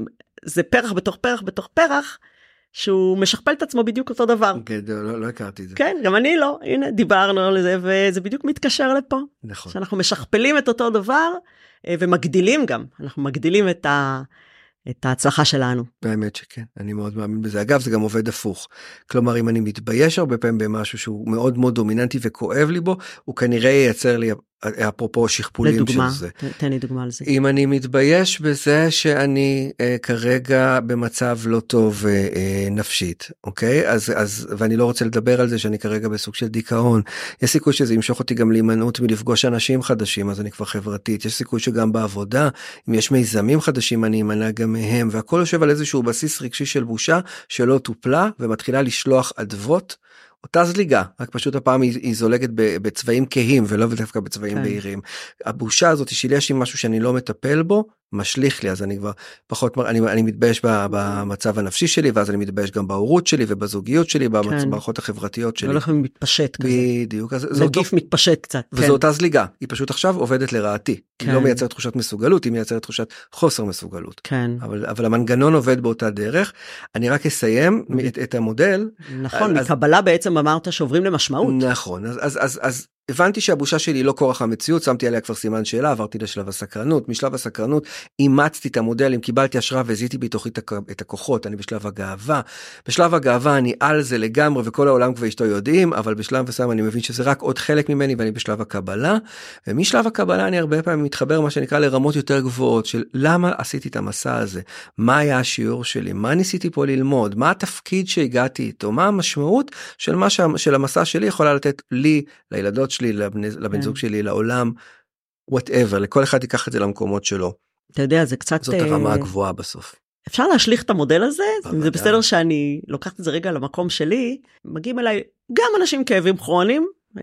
זה פרח בתוך פרח בתוך פרח, שהוא משכפל את עצמו בדיוק אותו דבר. גדול, לא, לא הכרתי את זה. כן, גם אני לא. הנה, דיברנו על זה, וזה בדיוק מתקשר לפה. נכון. שאנחנו משכפלים את אותו דבר, ומגדילים גם. אנחנו מגדילים את ה... את ההצלחה שלנו. באמת שכן, אני מאוד מאמין בזה. אגב, זה גם עובד הפוך. כלומר, אם אני מתבייש הרבה פעמים במשהו שהוא מאוד מאוד דומיננטי וכואב לי בו, הוא כנראה ייצר לי, אפרופו שכפולים לדוגמה, של זה. לדוגמה, תן לי דוגמה על זה. אם אני מתבייש בזה שאני אה, כרגע במצב לא טוב אה, אה, נפשית, אוקיי? אז, אז, ואני לא רוצה לדבר על זה שאני כרגע בסוג של דיכאון. יש סיכוי שזה ימשוך אותי גם להימנעות מלפגוש אנשים חדשים, אז אני כבר חברתית. יש סיכוי שגם בעבודה, אם יש מיזמים חדשים, אני אמנע גם מהם, והכל יושב על איזשהו בסיס רגשי של בושה, שלא טופלה, ומתחילה לשלוח אדוות, אותה זליגה, רק פשוט הפעם היא, היא זולגת בצבעים כהים, ולא דווקא בצבעים כן. בהירים. הבושה הזאת, שלי יש עם משהו שאני לא מטפל בו, משליך לי, אז אני כבר פחות, אני, אני מתבייש במצב הנפשי שלי, ואז אני מתבייש גם בהורות שלי, ובזוגיות שלי, במערכות כן. החברתיות שלי. לא לכם מתפשט כזה. בדיוק. נגיף מתפשט קצת. וזו כן. אותה זליגה, היא פשוט עכשיו עובדת לרעתי. כן. היא לא מייצרת תחושת מסוגלות, היא מייצרת תחושת חוסר מסוגלות. כן. אבל, אבל המנגנון עובד באותה דרך. אני רק אסיים את, את המודל. נכון, אז, מקבלה בעצם אמרת שעוברים למשמעות. נכון, אז, אז, אז, אז הבנתי שהבושה שלי לא כורח המציאות, שמתי עליה כבר סימן שאלה, עברתי לשלב הסקרנות, משלב הסקרנות, אימצתי את המודלים, קיבלתי השראה והזיתי בתוכי את הכוחות, אני בשלב הגאווה, בשלב הגאווה אני על זה לגמרי, וכל העולם כבר אשתו יודעים, אבל בשלב מסוים אני מבין שזה רק עוד חלק ממני, ואני בשלב הקבלה, ומשלב הקבלה אני הרבה פעמים מתחבר, מה שנקרא, לרמות יותר גבוהות, של למה עשיתי את המסע הזה, מה היה השיעור שלי, מה ניסיתי פה ללמוד, מה התפקיד שהגעתי איתו, מה המשמעות של מה ש... של המסע שלי יכולה לתת לי, לילדות שלי, לבן, לבן זוג שלי, לעולם, whatever, לכל אחד ייקח את זה למקומות שלו. אתה יודע, זה קצת... זאת הרמה הגבוהה בסוף. אפשר להשליך את המודל הזה, אם זה בסדר שאני לוקחת את זה רגע למקום שלי, מגיעים אליי גם אנשים כאבים כרוניים,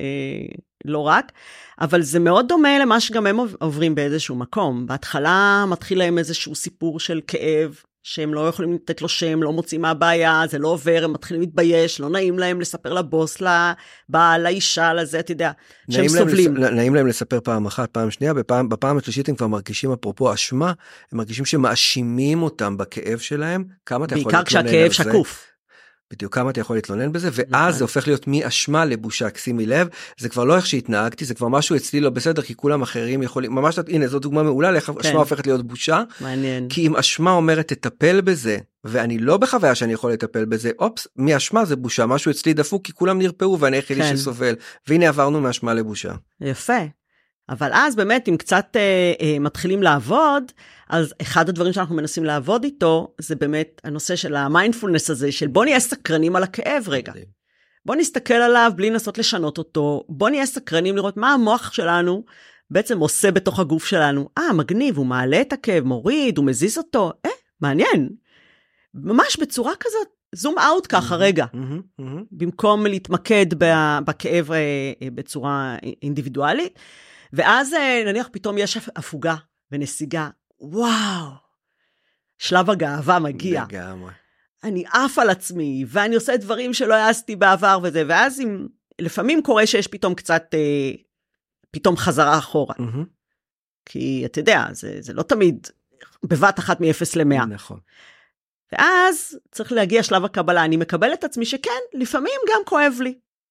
לא רק, אבל זה מאוד דומה למה שגם הם עוברים באיזשהו מקום. בהתחלה מתחיל להם איזשהו סיפור של כאב, שהם לא יכולים לתת לו שם, לא מוצאים מהבעיה, זה לא עובר, הם מתחילים להתבייש, לא נעים להם לספר לבוס, לבעל, לאישה, לזה, אתה יודע, שהם סובלים. לס... נעים להם לספר פעם אחת, פעם שנייה, בפעם, בפעם השלישית הם כבר מרגישים, אפרופו אשמה, הם מרגישים שמאשימים אותם בכאב שלהם, כמה אתה יכול להתלונן על זה? בעיקר כשהכאב שקוף. בדיוק כמה אתה יכול להתלונן בזה, ואז זה הופך להיות מאשמה לבושה, שימי לב, זה כבר לא איך שהתנהגתי, זה כבר משהו אצלי לא בסדר, כי כולם אחרים יכולים, ממש, הנה, זו דוגמה מעולה, איך אשמה הופכת להיות בושה, מעניין. כי אם אשמה אומרת, תטפל בזה, ואני לא בחוויה שאני יכול לטפל בזה, אופס, מאשמה זה בושה, משהו אצלי דפוק, כי כולם נרפאו, ואני היחידי שסובל, והנה עברנו מאשמה לבושה. יפה. אבל אז באמת, אם קצת אה, אה, מתחילים לעבוד, אז אחד הדברים שאנחנו מנסים לעבוד איתו, זה באמת הנושא של המיינדפולנס הזה, של בוא נהיה סקרנים על הכאב רגע. בוא נסתכל עליו בלי לנסות לשנות אותו, בוא נהיה סקרנים לראות מה המוח שלנו בעצם עושה בתוך הגוף שלנו. אה, מגניב, הוא מעלה את הכאב, מוריד, הוא מזיז אותו, אה, מעניין. ממש בצורה כזאת, זום אאוט ככה רגע, במקום להתמקד בכאב בצורה אינדיבידואלית, ואז נניח פתאום יש הפוגה ונסיגה, וואו, שלב הגאווה מגיע. לגמרי. אני עף על עצמי, ואני עושה דברים שלא העשתי בעבר וזה, ואז אם, לפעמים קורה שיש פתאום קצת, אה, פתאום חזרה אחורה. Mm-hmm. כי אתה יודע, זה, זה לא תמיד בבת אחת מ-אפס ל-מאה. נכון. ואז צריך להגיע שלב הקבלה, אני מקבל את עצמי שכן, לפעמים גם כואב לי.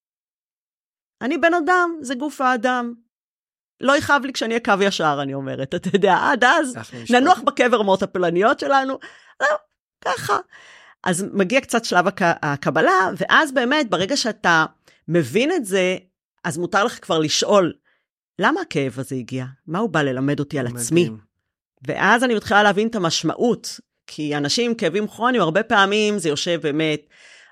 אני בן אדם, זה גוף האדם. לא יכאב לי כשאני אהיה קו ישר, אני אומרת, אתה יודע, עד אז ננוח בקבר מות הפלניות שלנו, לא, ככה. אז מגיע קצת שלב הקבלה, ואז באמת, ברגע שאתה מבין את זה, אז מותר לך כבר לשאול, למה הכאב הזה הגיע? מה הוא בא ללמד אותי על עצמי? ואז אני מתחילה להבין את המשמעות, כי אנשים עם כאבים כרוניים, הרבה פעמים זה יושב באמת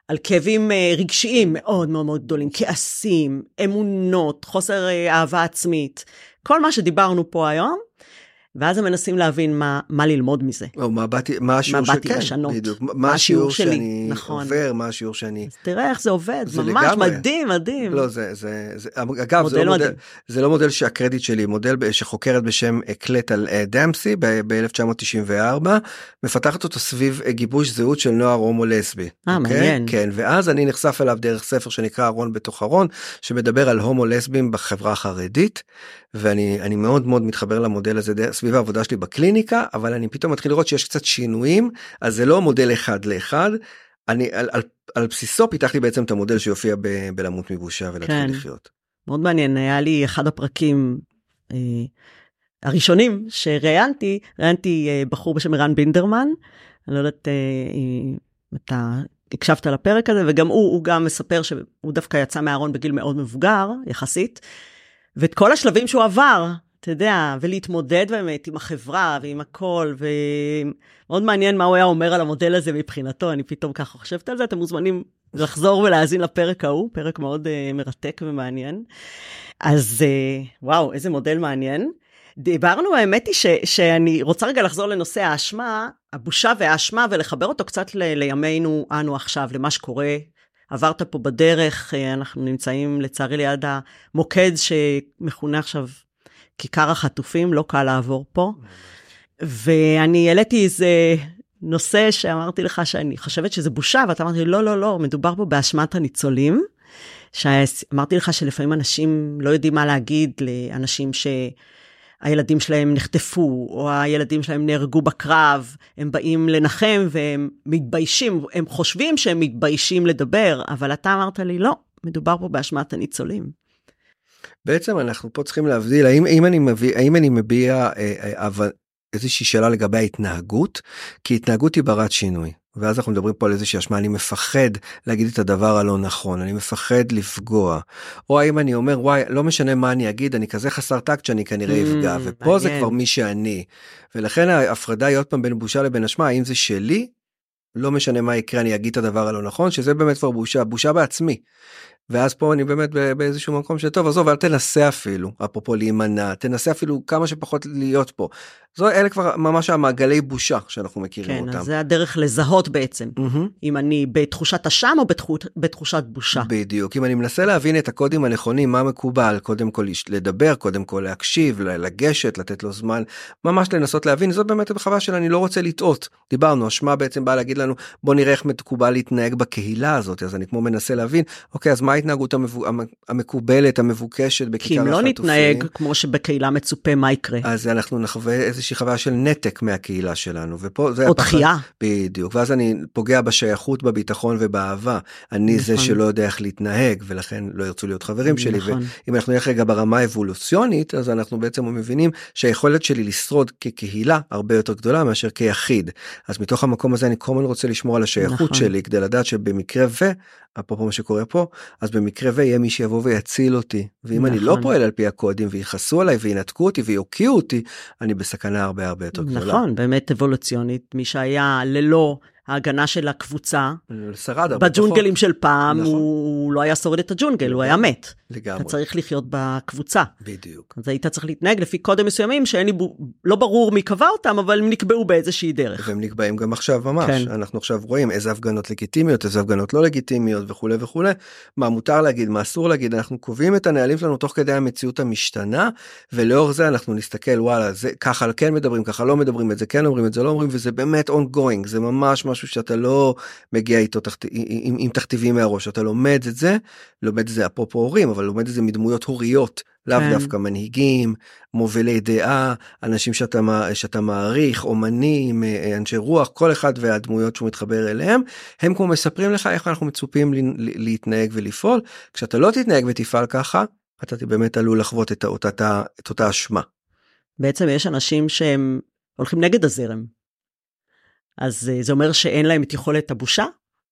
על כאבים רגשיים מאוד מאוד מאוד גדולים, כעסים, אמונות, חוסר אהבה עצמית, כל מה שדיברנו פה היום, ואז הם מנסים להבין מה, מה ללמוד מזה. או מה באתי, מה השיעור מה באתי שכן, לשנות. בדיוק. מה, מה השיעור שלי, שאני נכון. עובר, מה השיעור שאני... אז תראה איך זה עובד, זה ממש לגמרי. מדהים, מדהים. לא, זה, זה, זה, אגב, זה מודל לא מודל, מדהים. זה לא מודל שהקרדיט שלי, מודל שחוקרת בשם קלטל דמפסי ב-אלף תשע מאות תשעים וארבע, מפתחת אותו סביב גיבוש זהות של נוער הומו לסבי. אה, אוקיי? מעניין. כן, ואז אני נחשף אליו דרך ספר שנקרא ארון בתוך ארון, שמדבר על הומו לסבים בחברה החרדית, ואני אני מאוד מאוד מתחבר למודל הזה סביב העבודה שלי בקליניקה, אבל אני פתאום מתחיל לראות שיש קצת שינויים, אז זה לא מודל אחד לאחד, אני על, על, על בסיסו פיתחתי בעצם את המודל שיופיע ב, בלמות מבושה ולהתחיל כן. לחיות. מאוד מעניין, היה לי אחד הפרקים אה, הראשונים שראיינתי, ראיינתי אה, בחור בשם רן בינדרמן, אני לא יודעת אה, אם אתה הקשבת לפרק הזה, וגם הוא, הוא גם מספר שהוא דווקא יצא מהארון בגיל מאוד מבוגר, יחסית, ואת כל השלבים שהוא עבר, אתה יודע, ולהתמודד באמת עם החברה ועם הכל, ומאוד מעניין מה הוא היה אומר על המודל הזה מבחינתו, אני פתאום ככה חושבת על זה, אתם מוזמנים לחזור ולהאזין לפרק ההוא, פרק מאוד uh, מרתק ומעניין. אז uh, וואו, איזה מודל מעניין. דיברנו, האמת היא ש, שאני רוצה רגע לחזור לנושא האשמה, הבושה והאשמה, ולחבר אותו קצת ל, לימינו אנו עכשיו, למה שקורה. עברת פה בדרך, אנחנו נמצאים לצערי ליד המוקד שמכונה עכשיו כיכר החטופים, לא קל לעבור פה. ואני העליתי איזה נושא שאמרתי לך שאני חושבת שזה בושה, ואתה אמרתי לי, לא, לא, לא, מדובר פה באשמת הניצולים. שאמרתי לך שלפעמים אנשים לא יודעים מה להגיד לאנשים שהילדים שלהם נחטפו, או הילדים שלהם נהרגו בקרב, הם באים לנחם והם מתביישים, הם חושבים שהם מתביישים לדבר, אבל אתה אמרת לי, לא, מדובר פה באשמת הניצולים. בעצם אנחנו פה צריכים להבדיל, האם, האם אני מביא, האם אני מביע אה, אה, אה, איזושהי שאלה לגבי ההתנהגות, כי התנהגות היא ברת שינוי. ואז אנחנו מדברים פה על איזושהי אשמה, אני מפחד להגיד את הדבר הלא נכון, אני מפחד לפגוע, או האם אני אומר, וואי, לא משנה מה אני אגיד, אני כזה חסר טקט שאני כנראה אפגע, ופה זה כבר מי שאני, ולכן ההפרדה היא עוד פעם בין בושה לבין אשמה, האם זה שלי, לא משנה מה יקרה, אני אגיד את הדבר הלא נכון, שזה באמת כבר בושה, בושה בעצמי, ואז פה אני באמת באיזשהו מקום שטוב, עזוב, אל תנסה אפילו, אפרופו להימנע, תנסה אפילו כמה שפחות להיות פה. זו אלה כבר ממש המעגלי בושה שאנחנו מכירים כן, אותם. כן, אז זה הדרך לזהות בעצם, mm-hmm. אם אני בתחושת אשם או בתחוש, בתחושת בושה. בדיוק, אם אני מנסה להבין את הקודים הנכונים, מה מקובל, קודם כל לדבר, קודם כל להקשיב, לגשת, לתת לו זמן, ממש לנסות להבין, זאת באמת בחוויה של אני לא רוצה לטעות. דיברנו, אשמה בעצם באה להגיד לנו, בוא נראה איך מקובל להתנהג בקהילה הזאת, אז אני כמו מנסה להבין, אוקיי, אז מה ההתנהגות המבו... המקובלת, המבוקשת בכיכר החטופים? כי אם לא נתנהג כמו שבקהילה מצופה, מה יקרה? אז אנחנו נחווה איזושהי חוויה של נתק מהקהילה שלנו, ופה זה או דחייה. בדיוק, ואז אני פוגע בשייכות, בביטחון ובאהבה, אני נכון. זה שלא יודע איך להתנהג, ולכן לא ירצו להיות חברים שלי, נכון. ואם אנחנו נלך רגע ברמה האבולוציונית, אז אנחנו בעצם מבינים שהיכולת שלי לשרוד כקהילה הרבה יותר גדולה מאשר כיחיד, אז מתוך המקום הזה אני כל הזמן רוצה לשמור על השייכות נכון. שלי, כדי לדעת שבמקרה ו, אפרופו מה שקורה פה, אז במקרה ו יהיה מי שיבוא ויציל אותי, ואם נכון. אני לא פועל על פי הקודים, ויחסו עליי וינתקו אותי ויוקיעו אותי, אני בסכנה הרבה הרבה יותר גדולה. נכון, באמת אבולוציונית, מי שהיה ללא ההגנה של הקבוצה, בג'ונגלים של פעם, נכון. הוא לא היה שורד את הג'ונגל, לגמרי. הוא היה מת. לגמרי. אתה צריך לחיות בקבוצה. בדיוק. אז היית צריך להתנהג לפי קודם מסוימים, שאין לי, לא ברור מי קבע אותם, אבל הם נקבעו באיזושהי דרך. והם נקבעים גם עכשיו ממש. כן. אנחנו עכשיו רואים איזה הפגנות לגיטימיות, איזה הפגנות לא לגיטימיות וכו' וכו'. מה מותר להגיד, מה אסור להגיד, אנחנו קובעים את הנהלים שלנו תוך כדי המציאות המשתנה, ולאור זה אנחנו נסתכל, וואלה, זה ככה כן מדברים, ככה לא מדברים, את זה כן אומרים, את זה לא אומרים, וזה באמת ongoing, זה ממש משהו שאתה לא מגיע איתו תחת, עם, עם תכתיבים מהראש, אתה לומד את זה, לומד את זה אפרופו הורים, אבל לומד את זה מדמויות הוריות, לאו כן. דווקא מנהיגים, מובילי דעה, אנשים שאתה, שאתה מעריך, אומנים, אנשי רוח, כל אחד והדמויות שהוא מתחבר אליהם, הם כמו מספרים לך איך אנחנו מצופים להתנהג ולפעול, כשאתה לא תתנהג ותפעל ככה, אתה באמת עלול לחוות את אותה, את אותה אשמה. בעצם יש אנשים שהם הולכים נגד הזרם, אז זה אומר שאין להם את יכולת הבושה?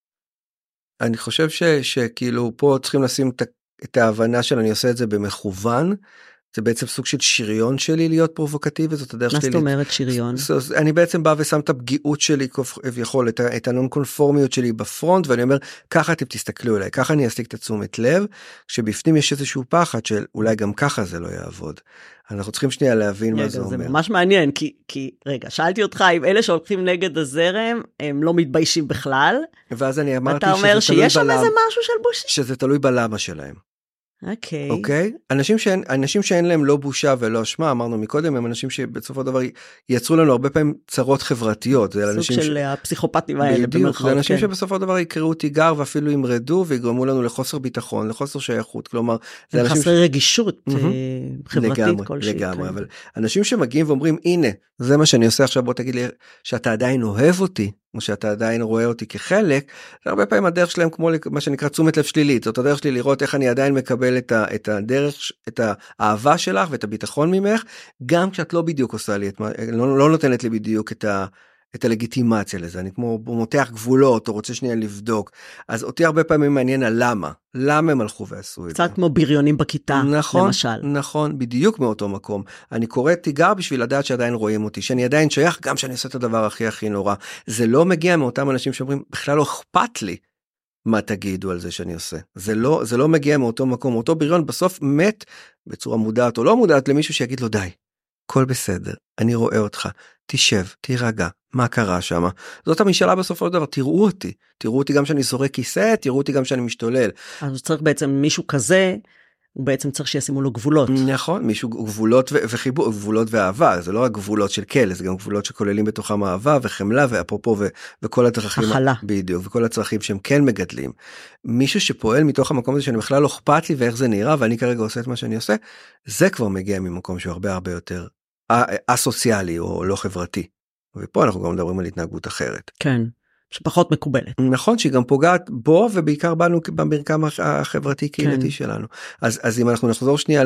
אני חושב ש, שכאילו פה צריכים לשים את, את ההבנה של אני עושה את זה במכוון, זה בעצם סוג של שריון שלי להיות פרובוקטיבי, זאת הדרך שלי. מה זאת אומרת שריון? אני בעצם בא ושם את הפגיעות שלי, יכול, את הנון קונפורמיות שלי בפרונט, ואני אומר, ככה אתם תסתכלו אליי, ככה אני אעסיק את התשומת לב, שבפנים יש איזשהו פחד של אולי גם ככה זה לא יעבוד. אנחנו צריכים שנייה להבין מה זה אומר. זה ממש מעניין, כי, כי רגע, שאלתי אותך אם אלה שהולכים נגד הזרם, הם לא מתביישים בכלל. ואז אני אמרתי אתה אומר שיש שם איזה משהו של בושה? שזה תלוי בלמה שלהם. אוקיי. אוקיי? אנשים שאין, אנשים שאין להם לא בושה ולא אשמה, אמרנו מקודם, הם אנשים שבסופו של דבר יצרו לנו הרבה פעמים צרות חברתיות. סוג של הפסיכופטים האלה. בדיוק, זה אנשים שבסופו של דבר יקראו תיגר ואפילו ימרדו ויגרמו לנו לחוסר ביטחון, לחוסר שייכות, כלומר, זה חסר רגישות חברתית כלשהי. לגמרי, אבל אנשים שמגיעים ואומרים, הנה, זה מה שאני עושה עכשיו, בוא תגיד לי שאתה עדיין אוהב אותי, או שאתה עדיין רואה אותי כחלק, זה הרבה פעמים הדרך שלהם כמו מה שנקרא תשומת לב שלילית, זאת הדרך שלי לראות איך אני עדיין מקבל את, ה, את הדרך, את האהבה שלך ואת הביטחון ממך, גם כשאת לא בדיוק עושה לי, את, לא, לא נותנת לי בדיוק את ה... את הלגיטימציה לזה, אני כמו מותח גבולות, או רוצה שנייה לבדוק, אז אותי הרבה פעמים מעניין הלמה, למה הם הלכו ועשו את זה. קצת כמו בריונים בכיתה, נכון, למשל. נכון, בדיוק מאותו מקום. אני קורא תיגר בשביל לדעת שעדיין רואים אותי, שאני עדיין שייך, גם שאני עושה את הדבר הכי הכי נורא. זה לא מגיע מאותם אנשים שאומרים, בכלל לא אכפת לי מה תגידו על זה שאני עושה. זה לא, זה לא מגיע מאותו מקום, אותו בריון בסוף מת, בצורה מודעת או לא מודעת, למישהו שיגיד לו די. הכל בסדר, אני רואה אותך, תשב, תירגע, מה קרה שם? זאת המשאלה בסופו של דבר, תראו אותי, תראו אותי גם שאני זורק כיסא, תראו אותי גם שאני משתולל. אז צריך בעצם מישהו כזה, הוא בעצם צריך שישימו לו גבולות. נכון, מישהו גבולות וחיבור, גבולות ואהבה, זה לא רק גבולות של כלא, זה גם גבולות שכוללים בתוכם אהבה וחמלה, ואפרופו וכל הצרכים, החלה. בדיוק, וכל הצרכים שהם כן מגדלים. מישהו שפועל מתוך המקום הזה שאני בכלל לא אכפת לי ואיך זה נראה, ואני כרגע עושה את מה שאני עושה, זה כבר מגיע ממקום שהוא הרבה הרבה יותר אסוציאלי או לא חברתי. ופה אנחנו גם מדברים על התנהגות אחרת. כן, שפחות מקובלת. נכון, שהיא גם פוגעת בו ובעיקר בנו במרקם החברתי קהילתי כן. שלנו. אז, אז אם אנחנו נחזור שנייה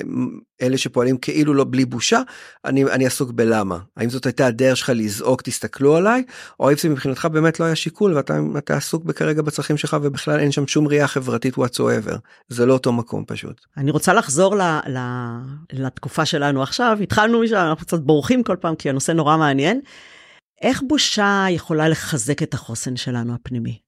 לאלה שפועלים כאילו לא בלי בושה, אני, אני עסוק בלמה. האם זאת הייתה הדרך שלך לזעוק, תסתכלו עליי, או האם זה מבחינתך באמת לא היה שיקול, ואתה אתה עסוק בכרגע בצרכים שלך, ובכלל אין שם שום ראייה חברתית whatsoever. זה לא אותו מקום פשוט. אני רוצה לחזור ל, ל, לתקופה שלנו עכשיו. התחלנו משם, אנחנו קצת בורחים כל פעם, כי הנושא נורא מעניין. איך בושה יכולה לחזק את החוסן שלנו הפנימי?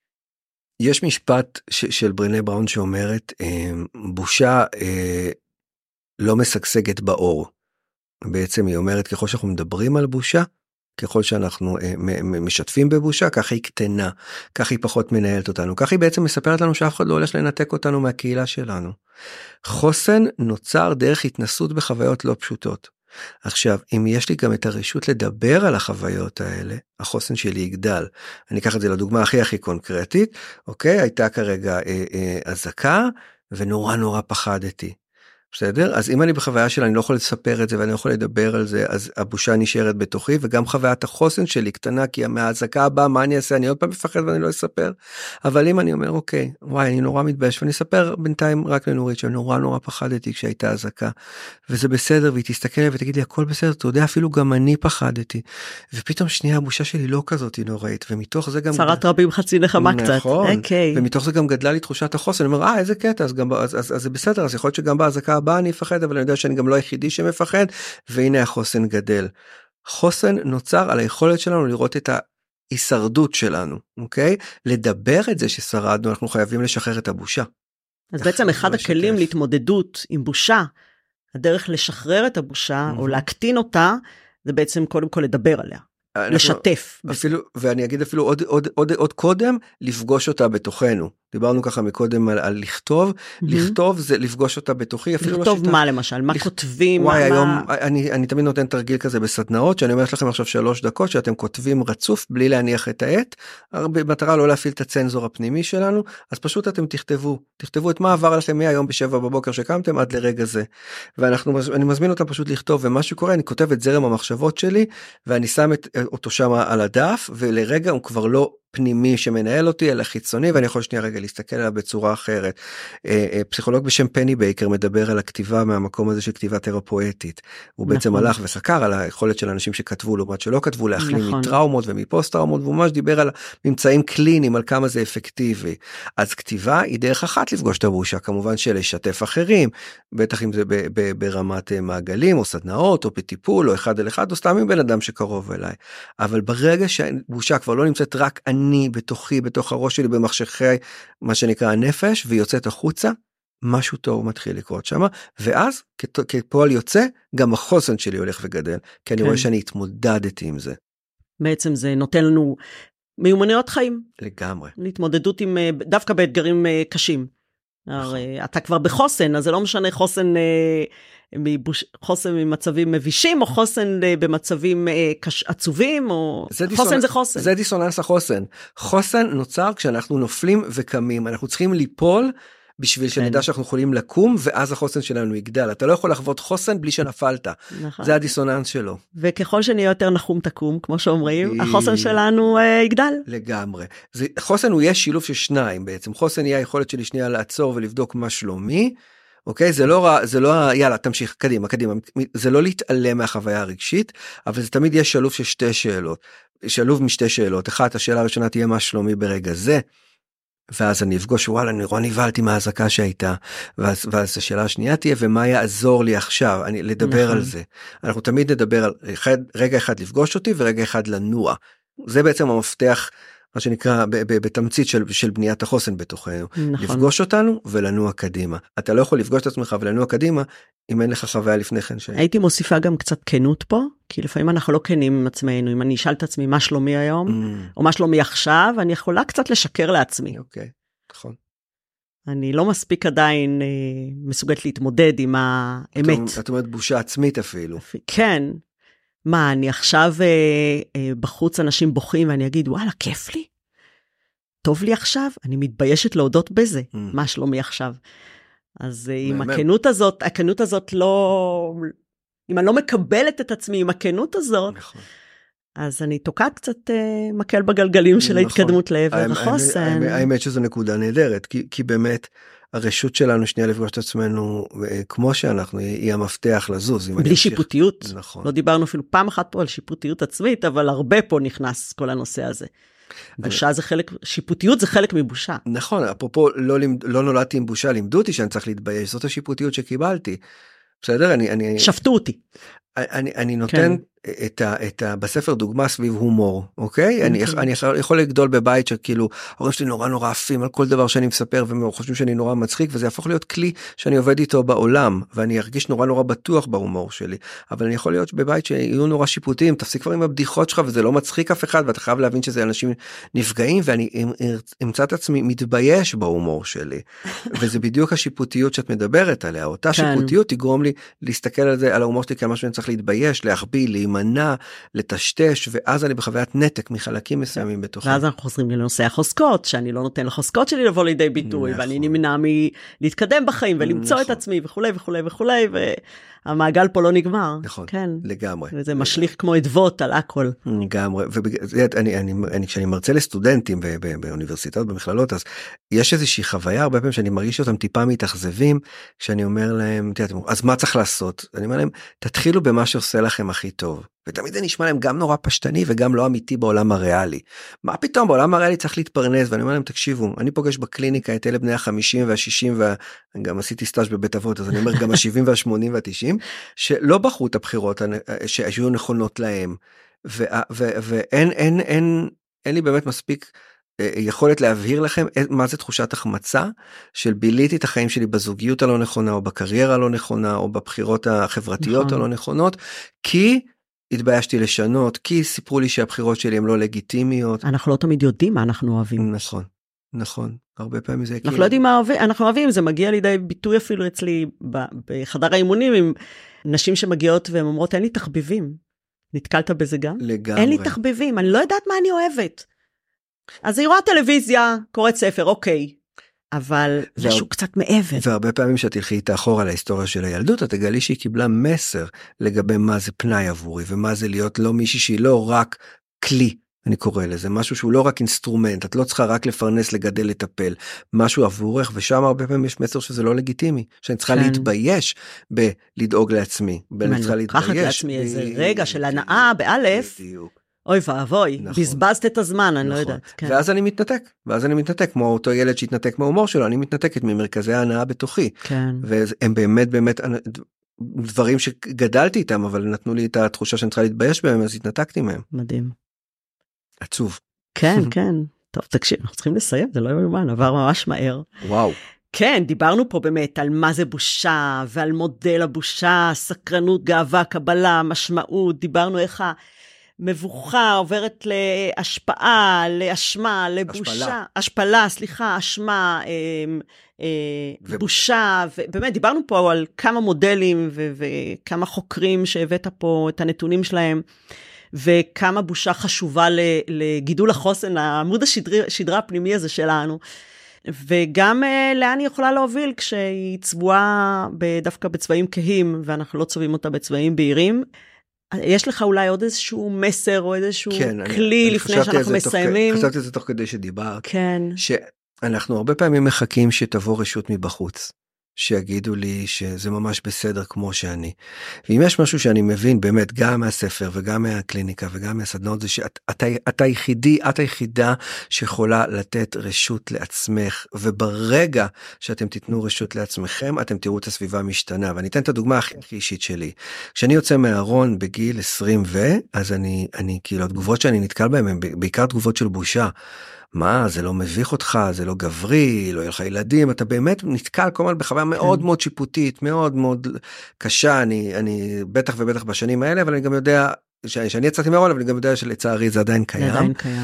יש משפט ש- של ברנה בראון שאומרת, אה, בושה אה, לא משגשגת באור. בעצם היא אומרת, ככל שאנחנו מדברים על בושה, ככל שאנחנו אה, מ- משתפים בבושה, ככה היא קטנה, ככה היא פחות מנהלת אותנו, ככה היא בעצם מספרת לנו שאף אחד לא הולך לנתק אותנו מהקהילה שלנו. חוסן נוצר דרך התנסות בחוויות לא פשוטות. עכשיו, אם יש לי גם את הרשות לדבר על החוויות האלה, החוסן שלי יגדל. אני אקח את זה לדוגמה הכי הכי קונקרטית, אוקיי? הייתה כרגע אה, אה, הזקה, ונורא נורא פחדתי. בסדר? אז אם אני בחוויה שלה, אני לא יכול לספר את זה, ואני לא יכול לדבר על זה, אז הבושה נשארת בתוכי, וגם חוויית החוסן שלי קטנה, כי מההזקה הבאה, מה אני אעשה? אני עוד פעם מפחד ואני לא אספר. אבל אם אני אומר, אוקיי, וואי, אני נורא מתבייש, ואני אספר בינתיים רק לנורית, שאני נורא נורא פחדתי כשהייתה הזקה, וזה בסדר, והיא תסתכל עליה ותגיד לי, הכל בסדר, אתה יודע, אפילו גם אני פחדתי. ופתאום שנייה, הבושה שלי לא כזאת היא נוראית, ומתוך זה גם... צרת רבים חצי נחמה קצת. נכון. ומתוך זה גם גדלה לי תחושת החוסן. אני אומר, אה, איזה קטע, אז גם, אז, אז, אז זה בסדר, אז יכול להיות שגם בהזקה הבאה אני אפחד, אבל אני יודע שאני גם לא היחידי שמפחד, והנה החוסן גדל. חוסן נוצר על היכולת שלנו לראות את ההישרדות שלנו, אוקיי? לדבר את זה ששרדנו, אנחנו חייבים לשחרר את הבושה. אז בעצם אחד הכלים להתמודדות עם בושה, הדרך לשחרר את הבושה, או להקטין אותה, זה בעצם קודם כל לדבר עליה. לשתף. אפילו, ואני אגיד אפילו עוד, עוד, עוד, עוד קודם, לפגוש אותה בתוכנו. דיברנו ככה מקודם על, על לכתוב, mm-hmm. לכתוב זה לפגוש אותה בתוכי. לכתוב לא מה למשל, מה לכ... כותבים? וואי, מה... היום, אני, אני תמיד נותן תרגיל כזה בסדנאות, שאני אומרת לכם עכשיו שלוש דקות, שאתם כותבים רצוף, בלי להניח את העט, במטרה לא להפעיל את הצנזור הפנימי שלנו, אז פשוט אתם תכתבו, תכתבו את מה עבר לכם מהיום בשבע בבוקר שקמתם עד לרגע זה, ואנחנו, אני מזמין אותם פשוט לכתוב, ומה שקורה, אני כותב את זרם המחשבות שלי, ואני שם את, אותו שם על הדף, ולרגע הוא כבר לא פנימי שמנהל אותי, אלא חיצוני, ואני יכול שנייה רגע להסתכל עליו בצורה אחרת. פסיכולוג בשם פני בייקר מדבר על הכתיבה מהמקום הזה של כתיבה תרפואטית. הוא בעצם נכון. הלך וסקר על היכולת של אנשים שכתבו, לעומת שלא כתבו, להחלים נכון. מטראומות ומפוסט טראומות, והוא ממש דיבר על ממצאים קליניים, על כמה זה אפקטיבי. אז כתיבה היא דרך אחת לפגוש את הבושה, כמובן שלשתף אחרים, בטח אם זה ב- ב- ברמת מעגלים, או סדנאות, או בטיפול, או אחד אל אחד, או סתם עם בן אדם שקרוב אליי. אבל ברגע שהבושה כבר לא נמצאת רק אני בתוכי, בתוך הראש שלי, במחשכי מה שנקרא הנפש, ויוצאת החוצה, משהו טוב מתחיל לקרות שם, ואז כפועל יוצא, גם החוסן שלי הולך וגדל, כי אני כן. רואה שאני התמודדתי עם זה. בעצם זה נותן לנו מיומנויות חיים. לגמרי. להתמודדות עם, דווקא באתגרים קשים. הרי אתה כבר בחוסן, אז זה לא משנה חוסן, חוסן במצבים מבישים, או חוסן במצבים עצובים, או זה חוסן דיסוננס, זה חוסן. זה דיסוננס החוסן. חוסן נוצר כשאנחנו נופלים וקמים, אנחנו צריכים ליפול, בשביל שנדע שאנחנו יכולים לקום, ואז החוסן שלנו יגדל. אתה לא יכול לחוות חוסן בלי שנפלת. נכון. זה הדיסוננס שלו. וככל שנהיה יותר נחום תקום, כמו שאומרים, החוסן שלנו אה, יגדל. לגמרי. זה, חוסן הוא יהיה שילוב של שניים בעצם. חוסן יהיה היכולת שלי שנייה לעצור ולבדוק מה שלומי. אוקיי? זה לא, זה לא, יאללה, תמשיך, קדימה, קדימה. זה לא להתעלם מהחוויה הרגשית, אבל זה תמיד יהיה שלוב של שתי שאלות. שלוב משתי שאלות. אחת, השאלה הראשונה תהיה מה שלומי ברגע זה. ואז אני אפגוש, וואלה, אני רואה נבלתי מההזקה שהייתה, ואז, ואז השאלה השנייה תהיה, ומה יעזור לי עכשיו, אני, לדבר נכון. על זה. אנחנו תמיד נדבר על אחד, רגע אחד לפגוש אותי, ורגע אחד לנוע. זה בעצם המפתח, מה שנקרא, ב- ב- בתמצית של, של בניית החוסן בתוכנו. נכון. לפגוש אותנו, ולנוע קדימה. אתה לא יכול לפגוש את עצמך ולנוע קדימה, אם אין לך חוויה לפני כן. ש... הייתי מוסיפה גם קצת כנות פה, כי לפעמים אנחנו לא כנים עם עצמנו, אם אני אשאל את עצמי מה שלומי היום, mm. או מה שלומי עכשיו, אני יכולה קצת לשקר לעצמי. אוקיי, נכון. אני לא מספיק עדיין אה, מסוגלת להתמודד עם האמת. את, את אומרת בושה עצמית אפילו. כן. מה, אני עכשיו אה, אה, בחוץ אנשים בוכים, ואני אגיד, וואלה, כיף לי? טוב לי עכשיו? אני מתביישת להודות בזה. Mm. מה שלומי עכשיו? אז עם הכנות הזאת, הכנות הזאת לא, אם אני לא מקבלת את עצמי עם הכנות הזאת, נכון. אז אני תוקעת קצת uh, מקל בגלגלים של נכון. ההתקדמות לעבר החוסן. האמת שזו נקודה נהדרת, כי, כי באמת הרשות שלנו שנייה לפגוש את עצמנו, כמו שאנחנו, היא המפתח לזוז. בלי שיפוטיות. נכון. לא דיברנו אפילו פעם אחת פה על שיפוטיות עצמית, אבל הרבה פה נכנס כל הנושא הזה. בושה זה חלק, שיפוטיות זה חלק מבושה. נכון, אפרופו לא, לא נולדתי עם בושה, לימדו אותי שאני צריך להתבייש, זאת השיפוטיות שקיבלתי. בסדר? אני, אני, שפטו אותי. אני, אני נותן כן. את ה, את ה, בספר דוגמה סביב הומור, אוקיי? אני, אני יכול לגדול בבית שכאילו, ההורים שלי נורא נורא עפים על כל דבר שאני מספר, והם חושבים שאני נורא מצחיק, וזה יהפוך להיות כלי שאני עובד איתו בעולם, ואני ארגיש נורא נורא בטוח בהומור שלי. אבל אני יכול להיות בבית שיהיו נורא שיפוטיים, תפסיק כבר עם הבדיחות שלך, וזה לא מצחיק אף אחד, ואתה חייב להבין שזה אנשים נפגעים, ואני אמצא את עצמי מתבייש בהומור שלי. וזה בדיוק השיפוטיות שאת מדברת עליה. אותה שיפוטיות תגרום לי להסתכל על זה, על ההומור שלי כמה שאני צריך להתבייש, להחביא, להימנע, לטשטש, ואז אני בחוויית נתק מחלקים מסוימים בתוכי. ואז אנחנו חוזרים לנושא החוזקות, שאני לא נותן לחוזקות שלי לבוא לידי ביטוי, ואני נמנע מלהתקדם בחיים, ולמצוא את עצמי, וכולי וכולי וכולי, והמעגל פה לא נגמר. נכון, כן. לגמרי. וזה משליך כמו אדוות על הכל. לגמרי, וכשאני מרצה לסטודנטים באוניברסיטאות, במכללות, אז יש איזושהי חוויה, הרבה פעמים שאני מרגיש אותם טיפה מתאכזבים, כשאני אומר להם, אז מה צריך לעשות? אני אומר להם, תתחילו במה שעושה לכם הכי טוב. ותמיד זה נשמע להם גם נורא פשטני וגם לא אמיתי בעולם הריאלי. מה פתאום בעולם הריאלי צריך להתפרנס? ואני אומר להם, תקשיבו, אני פוגש בקליניקה את אלה בני ה-חמישים וה-שישים, וגם עשיתי סטאז' בבית אבות, אז אני אומר גם ה-שבעים וה-שמונים וה-תשעים, שלא בחרו את הבחירות שהיו נכונות להם. ואין, אין, אין, אין לי באמת מספיק יכולת להבהיר לכם מה זה תחושת החמצה של ביליתי את החיים שלי בזוגיות הלא נכונה, או בקריירה הלא נכונה, או בבחירות החברתיות הלא נכונות, כי התביישתי לשנות, כי סיפרו לי שהבחירות שלי הן לא לגיטימיות. אנחנו לא תמיד יודעים מה אנחנו אוהבים. נכון, נכון. הרבה פעמים זה... אנחנו לא יודעים מה אוהבים, אנחנו אוהבים, זה מגיע לידי ביטוי אפילו אצלי בחדר האימונים, עם נשים שמגיעות והן אומרות, אין לי תחביבים. נתקלת בזה גם? לגמרי. אין לי תחביבים, אני לא יודעת מה אני אוהבת. אז היא רואה טלוויזיה, קוראת ספר, אוקיי. אבל משהו קצת מעבר. והרבה פעמים שתלכי איתה אחורה להיסטוריה של הילדות, את תגלי שהיא קיבלה מסר לגבי מה זה פנאי עבורי, ומה זה להיות לא מישהי שהיא לא רק כלי אני קורא לזה, משהו שהוא לא רק אינסטרומנט, את לא צריכה רק לפרנס, לגדל, לטפל, משהו עבורך, ושם הרבה פעמים יש מסר שזה לא לגיטימי, שאני צריכה כן. להתבייש בלדאוג לעצמי, אני לוקחת לעצמי ב... איזה רגע של הנאה באלף, אוי ואבוי, נכון. בזבזת את הזמן, אני נכון. לא יודעת. כן. ואז אני מתנתק, ואז אני מתנתק, כמו אותו ילד שהתנתק מההומור שלו, אני מתנתקת ממרכזי ההנאה בתוכי, כן. והם באמת באמת דברים שגדלתי איתם, אבל נתנו לי את התחושה שאני צריכה להתבייש בהם, אז התנתקתי מהם. מדהים. עצוב. כן, כן. טוב, תקשיב, אנחנו צריכים לסיים, זה לא יאומן, עבר ממש מהר. וואו. כן, דיברנו פה באמת על מה זה בושה, ועל מודל הבושה, סקרנות, גאווה, קבלה, משמעות, דיברנו איך המבוכה עוברת להשפעה, לאשמה, לבושה, השפלה, השפלה סליחה, אשמה, אה, אה, ו... בושה, ובאמת דיברנו פה על כמה מודלים ו- וכמה חוקרים שהבאת פה את הנתונים שלהם, וכמה בושה חשובה לגידול החוסן, העמוד השדרה הפנימי הזה שלנו, וגם לאן היא יכולה להוביל כשהיא צבועה דווקא בצבעים כהים, ואנחנו לא צובעים אותה בצבעים בהירים. יש לך אולי עוד איזשהו מסר, או איזשהו כן, כלי אני, לפני אני שאנחנו מסיימים? תוך, חשבתי את זה תוך כדי שדיברת. כן. שאנחנו הרבה פעמים מחכים שתבוא רשות מבחוץ. שיגידו לי שזה ממש בסדר כמו שאני. ואם יש משהו שאני מבין באמת גם מהספר וגם מהקליניקה וגם מהסדנות, זה שאת את, את היחידי, את היחידה שיכולה לתת רשות לעצמך, וברגע שאתם תיתנו רשות לעצמכם, אתם תראו את הסביבה משתנה. ואני אתן את הדוגמה הכי אישית שלי. כשאני יוצא מהארון בגיל עשרים ו, אז אני, אני כאילו, התגובות שאני נתקל בהן, הן בעיקר תגובות של בושה. מה, זה לא מביך אותך, זה לא גברי, לא יהיה לך ילדים, אתה באמת נתקל כל הזמן בחוויה מאוד מאוד שיפוטית, מאוד מאוד קשה, אני, אני בטח ובטח בשנים האלה, אבל אני גם יודע, שאני יצאתי מהרון, אבל אני גם יודע שלצערי זה עדיין קיים. עדיין קיים.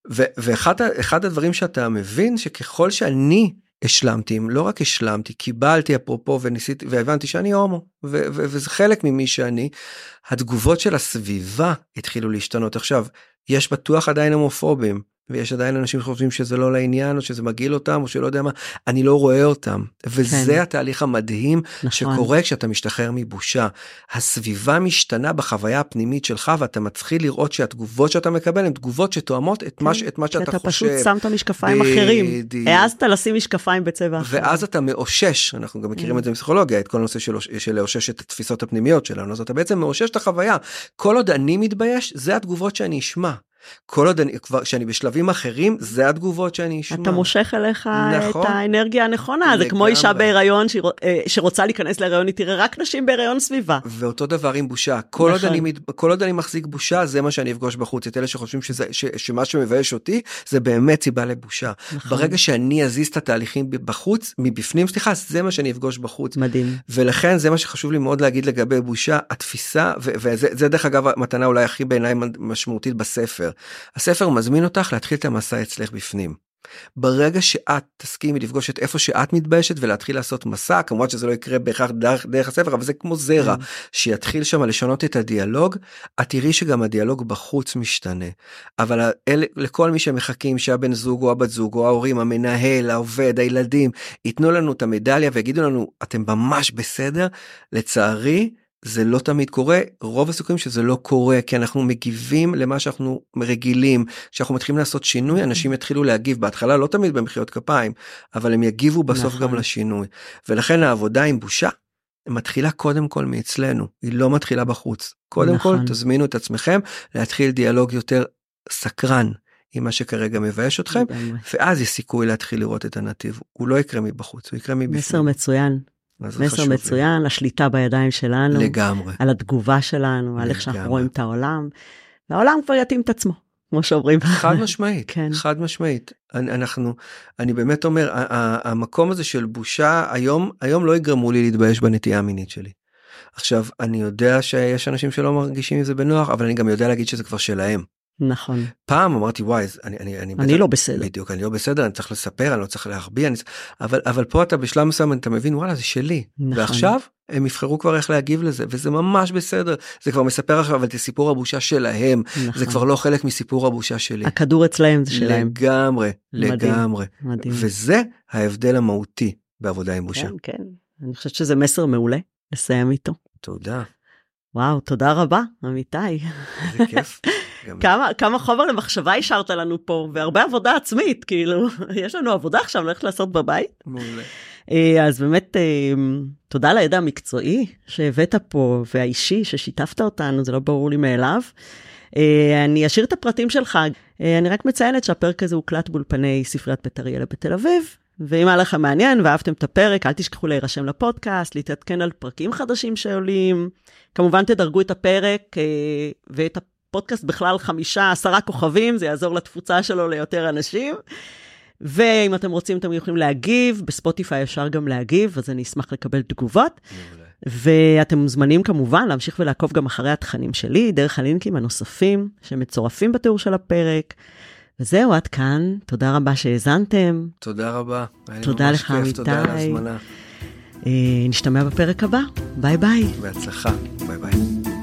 ואחד הדברים שאתה מבין, שככל שאני השלמתי, לא רק השלמתי, קיבלתי אפרופו וניסיתי, והבנתי שאני הומו, וזה חלק ממי שאני, התגובות של הסביבה התחילו להשתנות. עכשיו, יש בטוח עדיין הומופובים, ויש עדיין אנשים שחושבים שזה לא לעניין, או שזה מגיל אותם, או שלא יודע מה, אני לא רואה אותם. וזה כן. התהליך המדהים נכון. שקורה כשאתה משתחרר מבושה. הסביבה משתנה בחוויה הפנימית שלך, ואתה מתחיל לראות שהתגובות שאתה מקבל, הן תגובות שתואמות את, כן. מה, את מה שאתה אתה חושב. אתה פשוט שמת משקפיים ב- אחרים. העזת לשים משקפיים בצבע אחר. ואז אתה מאושש, אנחנו גם מכירים כן. את זה בפסיכולוגיה, את כל הנושא של, של לאושש את התפיסות הפנימיות שלנו, אז אתה בעצם מאושש את החוויה. כל עוד אני מתבייש, זה התגובות שאני אשמע. כל עוד אני, כבר, שאני בשלבים אחרים, זה התגובות שאני אשמע. אתה מושך אליך נכון. את האנרגיה הנכונה, זה כמו אישה בהיריון ש... שרוצה להיכנס להיריון, היא תראה רק נשים בהיריון סביבה. ואותו דבר עם בושה, כל, נכון. עוד אני, כל עוד אני מחזיק בושה, זה מה שאני אפגוש בחוץ, את אלה שחושבים שזה, ש, שמה שמבייש אותי, זה באמת סיבה לבושה. נכון. ברגע שאני אזיז את התהליכים בחוץ, מבפנים, סליחה, זה מה שאני אפגוש בחוץ. מדהים. ולכן זה מה שחשוב לי מאוד להגיד לגבי בושה, התפיסה, ו- וזה זה דרך אגב המתנה אולי הכי בעיניי משמעותית בספר. הספר מזמין אותך להתחיל את המסע אצלך בפנים. ברגע שאת תסכימי לפגוש את איפה שאת מתביישת ולהתחיל לעשות מסע, כמובן שזה לא יקרה בהכרח דרך, דרך הספר, אבל זה כמו זרע, שיתחיל שם לשנות את הדיאלוג, את תראי שגם הדיאלוג בחוץ משתנה. אבל אל, לכל מי שמחכים שהבן זוג או הבת זוג או ההורים, המנהל, העובד, הילדים, ייתנו לנו את המדליה ויגידו לנו, אתם ממש בסדר, לצערי, זה לא תמיד קורה, רוב הסיכויים שזה לא קורה, כי אנחנו מגיבים למה שאנחנו רגילים, שאנחנו מתחילים לעשות שינוי, אנשים יתחילו להגיב, בהתחלה לא תמיד במחיאות כפיים, אבל הם יגיבו בסוף נכון. גם לשינוי, ולכן העבודה עם בושה, מתחילה קודם כל מאצלנו, היא לא מתחילה בחוץ, קודם נכון. כל תזמינו את עצמכם, להתחיל דיאלוג יותר סקרן, עם מה שכרגע מבייש אתכם, ואז יש סיכוי להתחיל לראות את הנתיב, הוא לא יקרה מבחוץ, הוא יקרה מבפנים. מסר מצוין. מסר מצוין, לי. השליטה בידיים שלנו, לגמרי. על התגובה שלנו, לגמרי. על איך שאנחנו רואים את העולם, והעולם כבר יתאים את עצמו, כמו שאומרים. חד משמעית, כן. חד משמעית. אנחנו, אני באמת אומר, המקום הזה של בושה, היום, היום לא יגרמו לי להתבייש בנטייה המינית שלי. עכשיו, אני יודע שיש אנשים שלא מרגישים עם זה בנוח, אבל אני גם יודע להגיד שזה כבר שלהם. נכון. פעם אמרתי, וואי, אני, אני, אני, אני בטח, לא בסדר. בדיוק, אני לא בסדר, אני צריך לספר, אני לא צריך להחביא, אני, אבל, אבל פה אתה בשלב מסוים, אתה מבין, וואלה, זה שלי. נכון. ועכשיו, הם יבחרו כבר איך להגיב לזה, וזה ממש בסדר. זה כבר מספר עכשיו, אבל זה סיפור הבושה שלהם. נכון. זה כבר לא חלק מסיפור הבושה שלי. הכדור אצלהם זה שלהם. לגמרי, מדהים, לגמרי. מדהים. וזה ההבדל המהותי בעבודה עם בושה. כן, כן. אני חושבת שזה מסר מעולה, לסיים איתו. תודה. וואו, תודה רבה, אמיתי. איזה כיף. כמה, כמה חומר למחשבה השארת לנו פה, והרבה עבודה עצמית, כאילו, יש לנו עבודה עכשיו, אני הולכת לעשות בבית. מעולה. אז באמת, תודה על הידע המקצועי שהבאת פה, והאישי ששיתפת אותנו, זה לא ברור לי מאליו. אני אשאיר את הפרטים שלך, אני רק מציינת שהפרק הזה הוקלט באולפני ספריית בית אריאלה בתל אביב, ואם היה לכם מעניין ואהבתם את הפרק, אל תשכחו להירשם לפודקאסט, להתעדכן על פרקים חדשים שעולים, כמובן תדרגו את הפרק ואת הפודקאסט בכלל חמישה, עשרה כוכבים, זה יעזור לתפוצה שלו ליותר אנשים, ואם אתם רוצים אתם יכולים להגיב, בספוטיפיי אפשר גם להגיב, אז אני אשמח לקבל תגובות, ואתם מוזמנים כמובן להמשיך ולעקוב גם אחרי התכנים שלי, דרך הלינקים הנוספים שמצורפים בתיאור של הפרק, וזהו, עד כאן. תודה רבה שהאזנתם. תודה רבה. תודה לך, אמיתי. תודה על ההזמנה. נשתמע בפרק הבא. ביי ביי. בהצלחה. ביי ביי.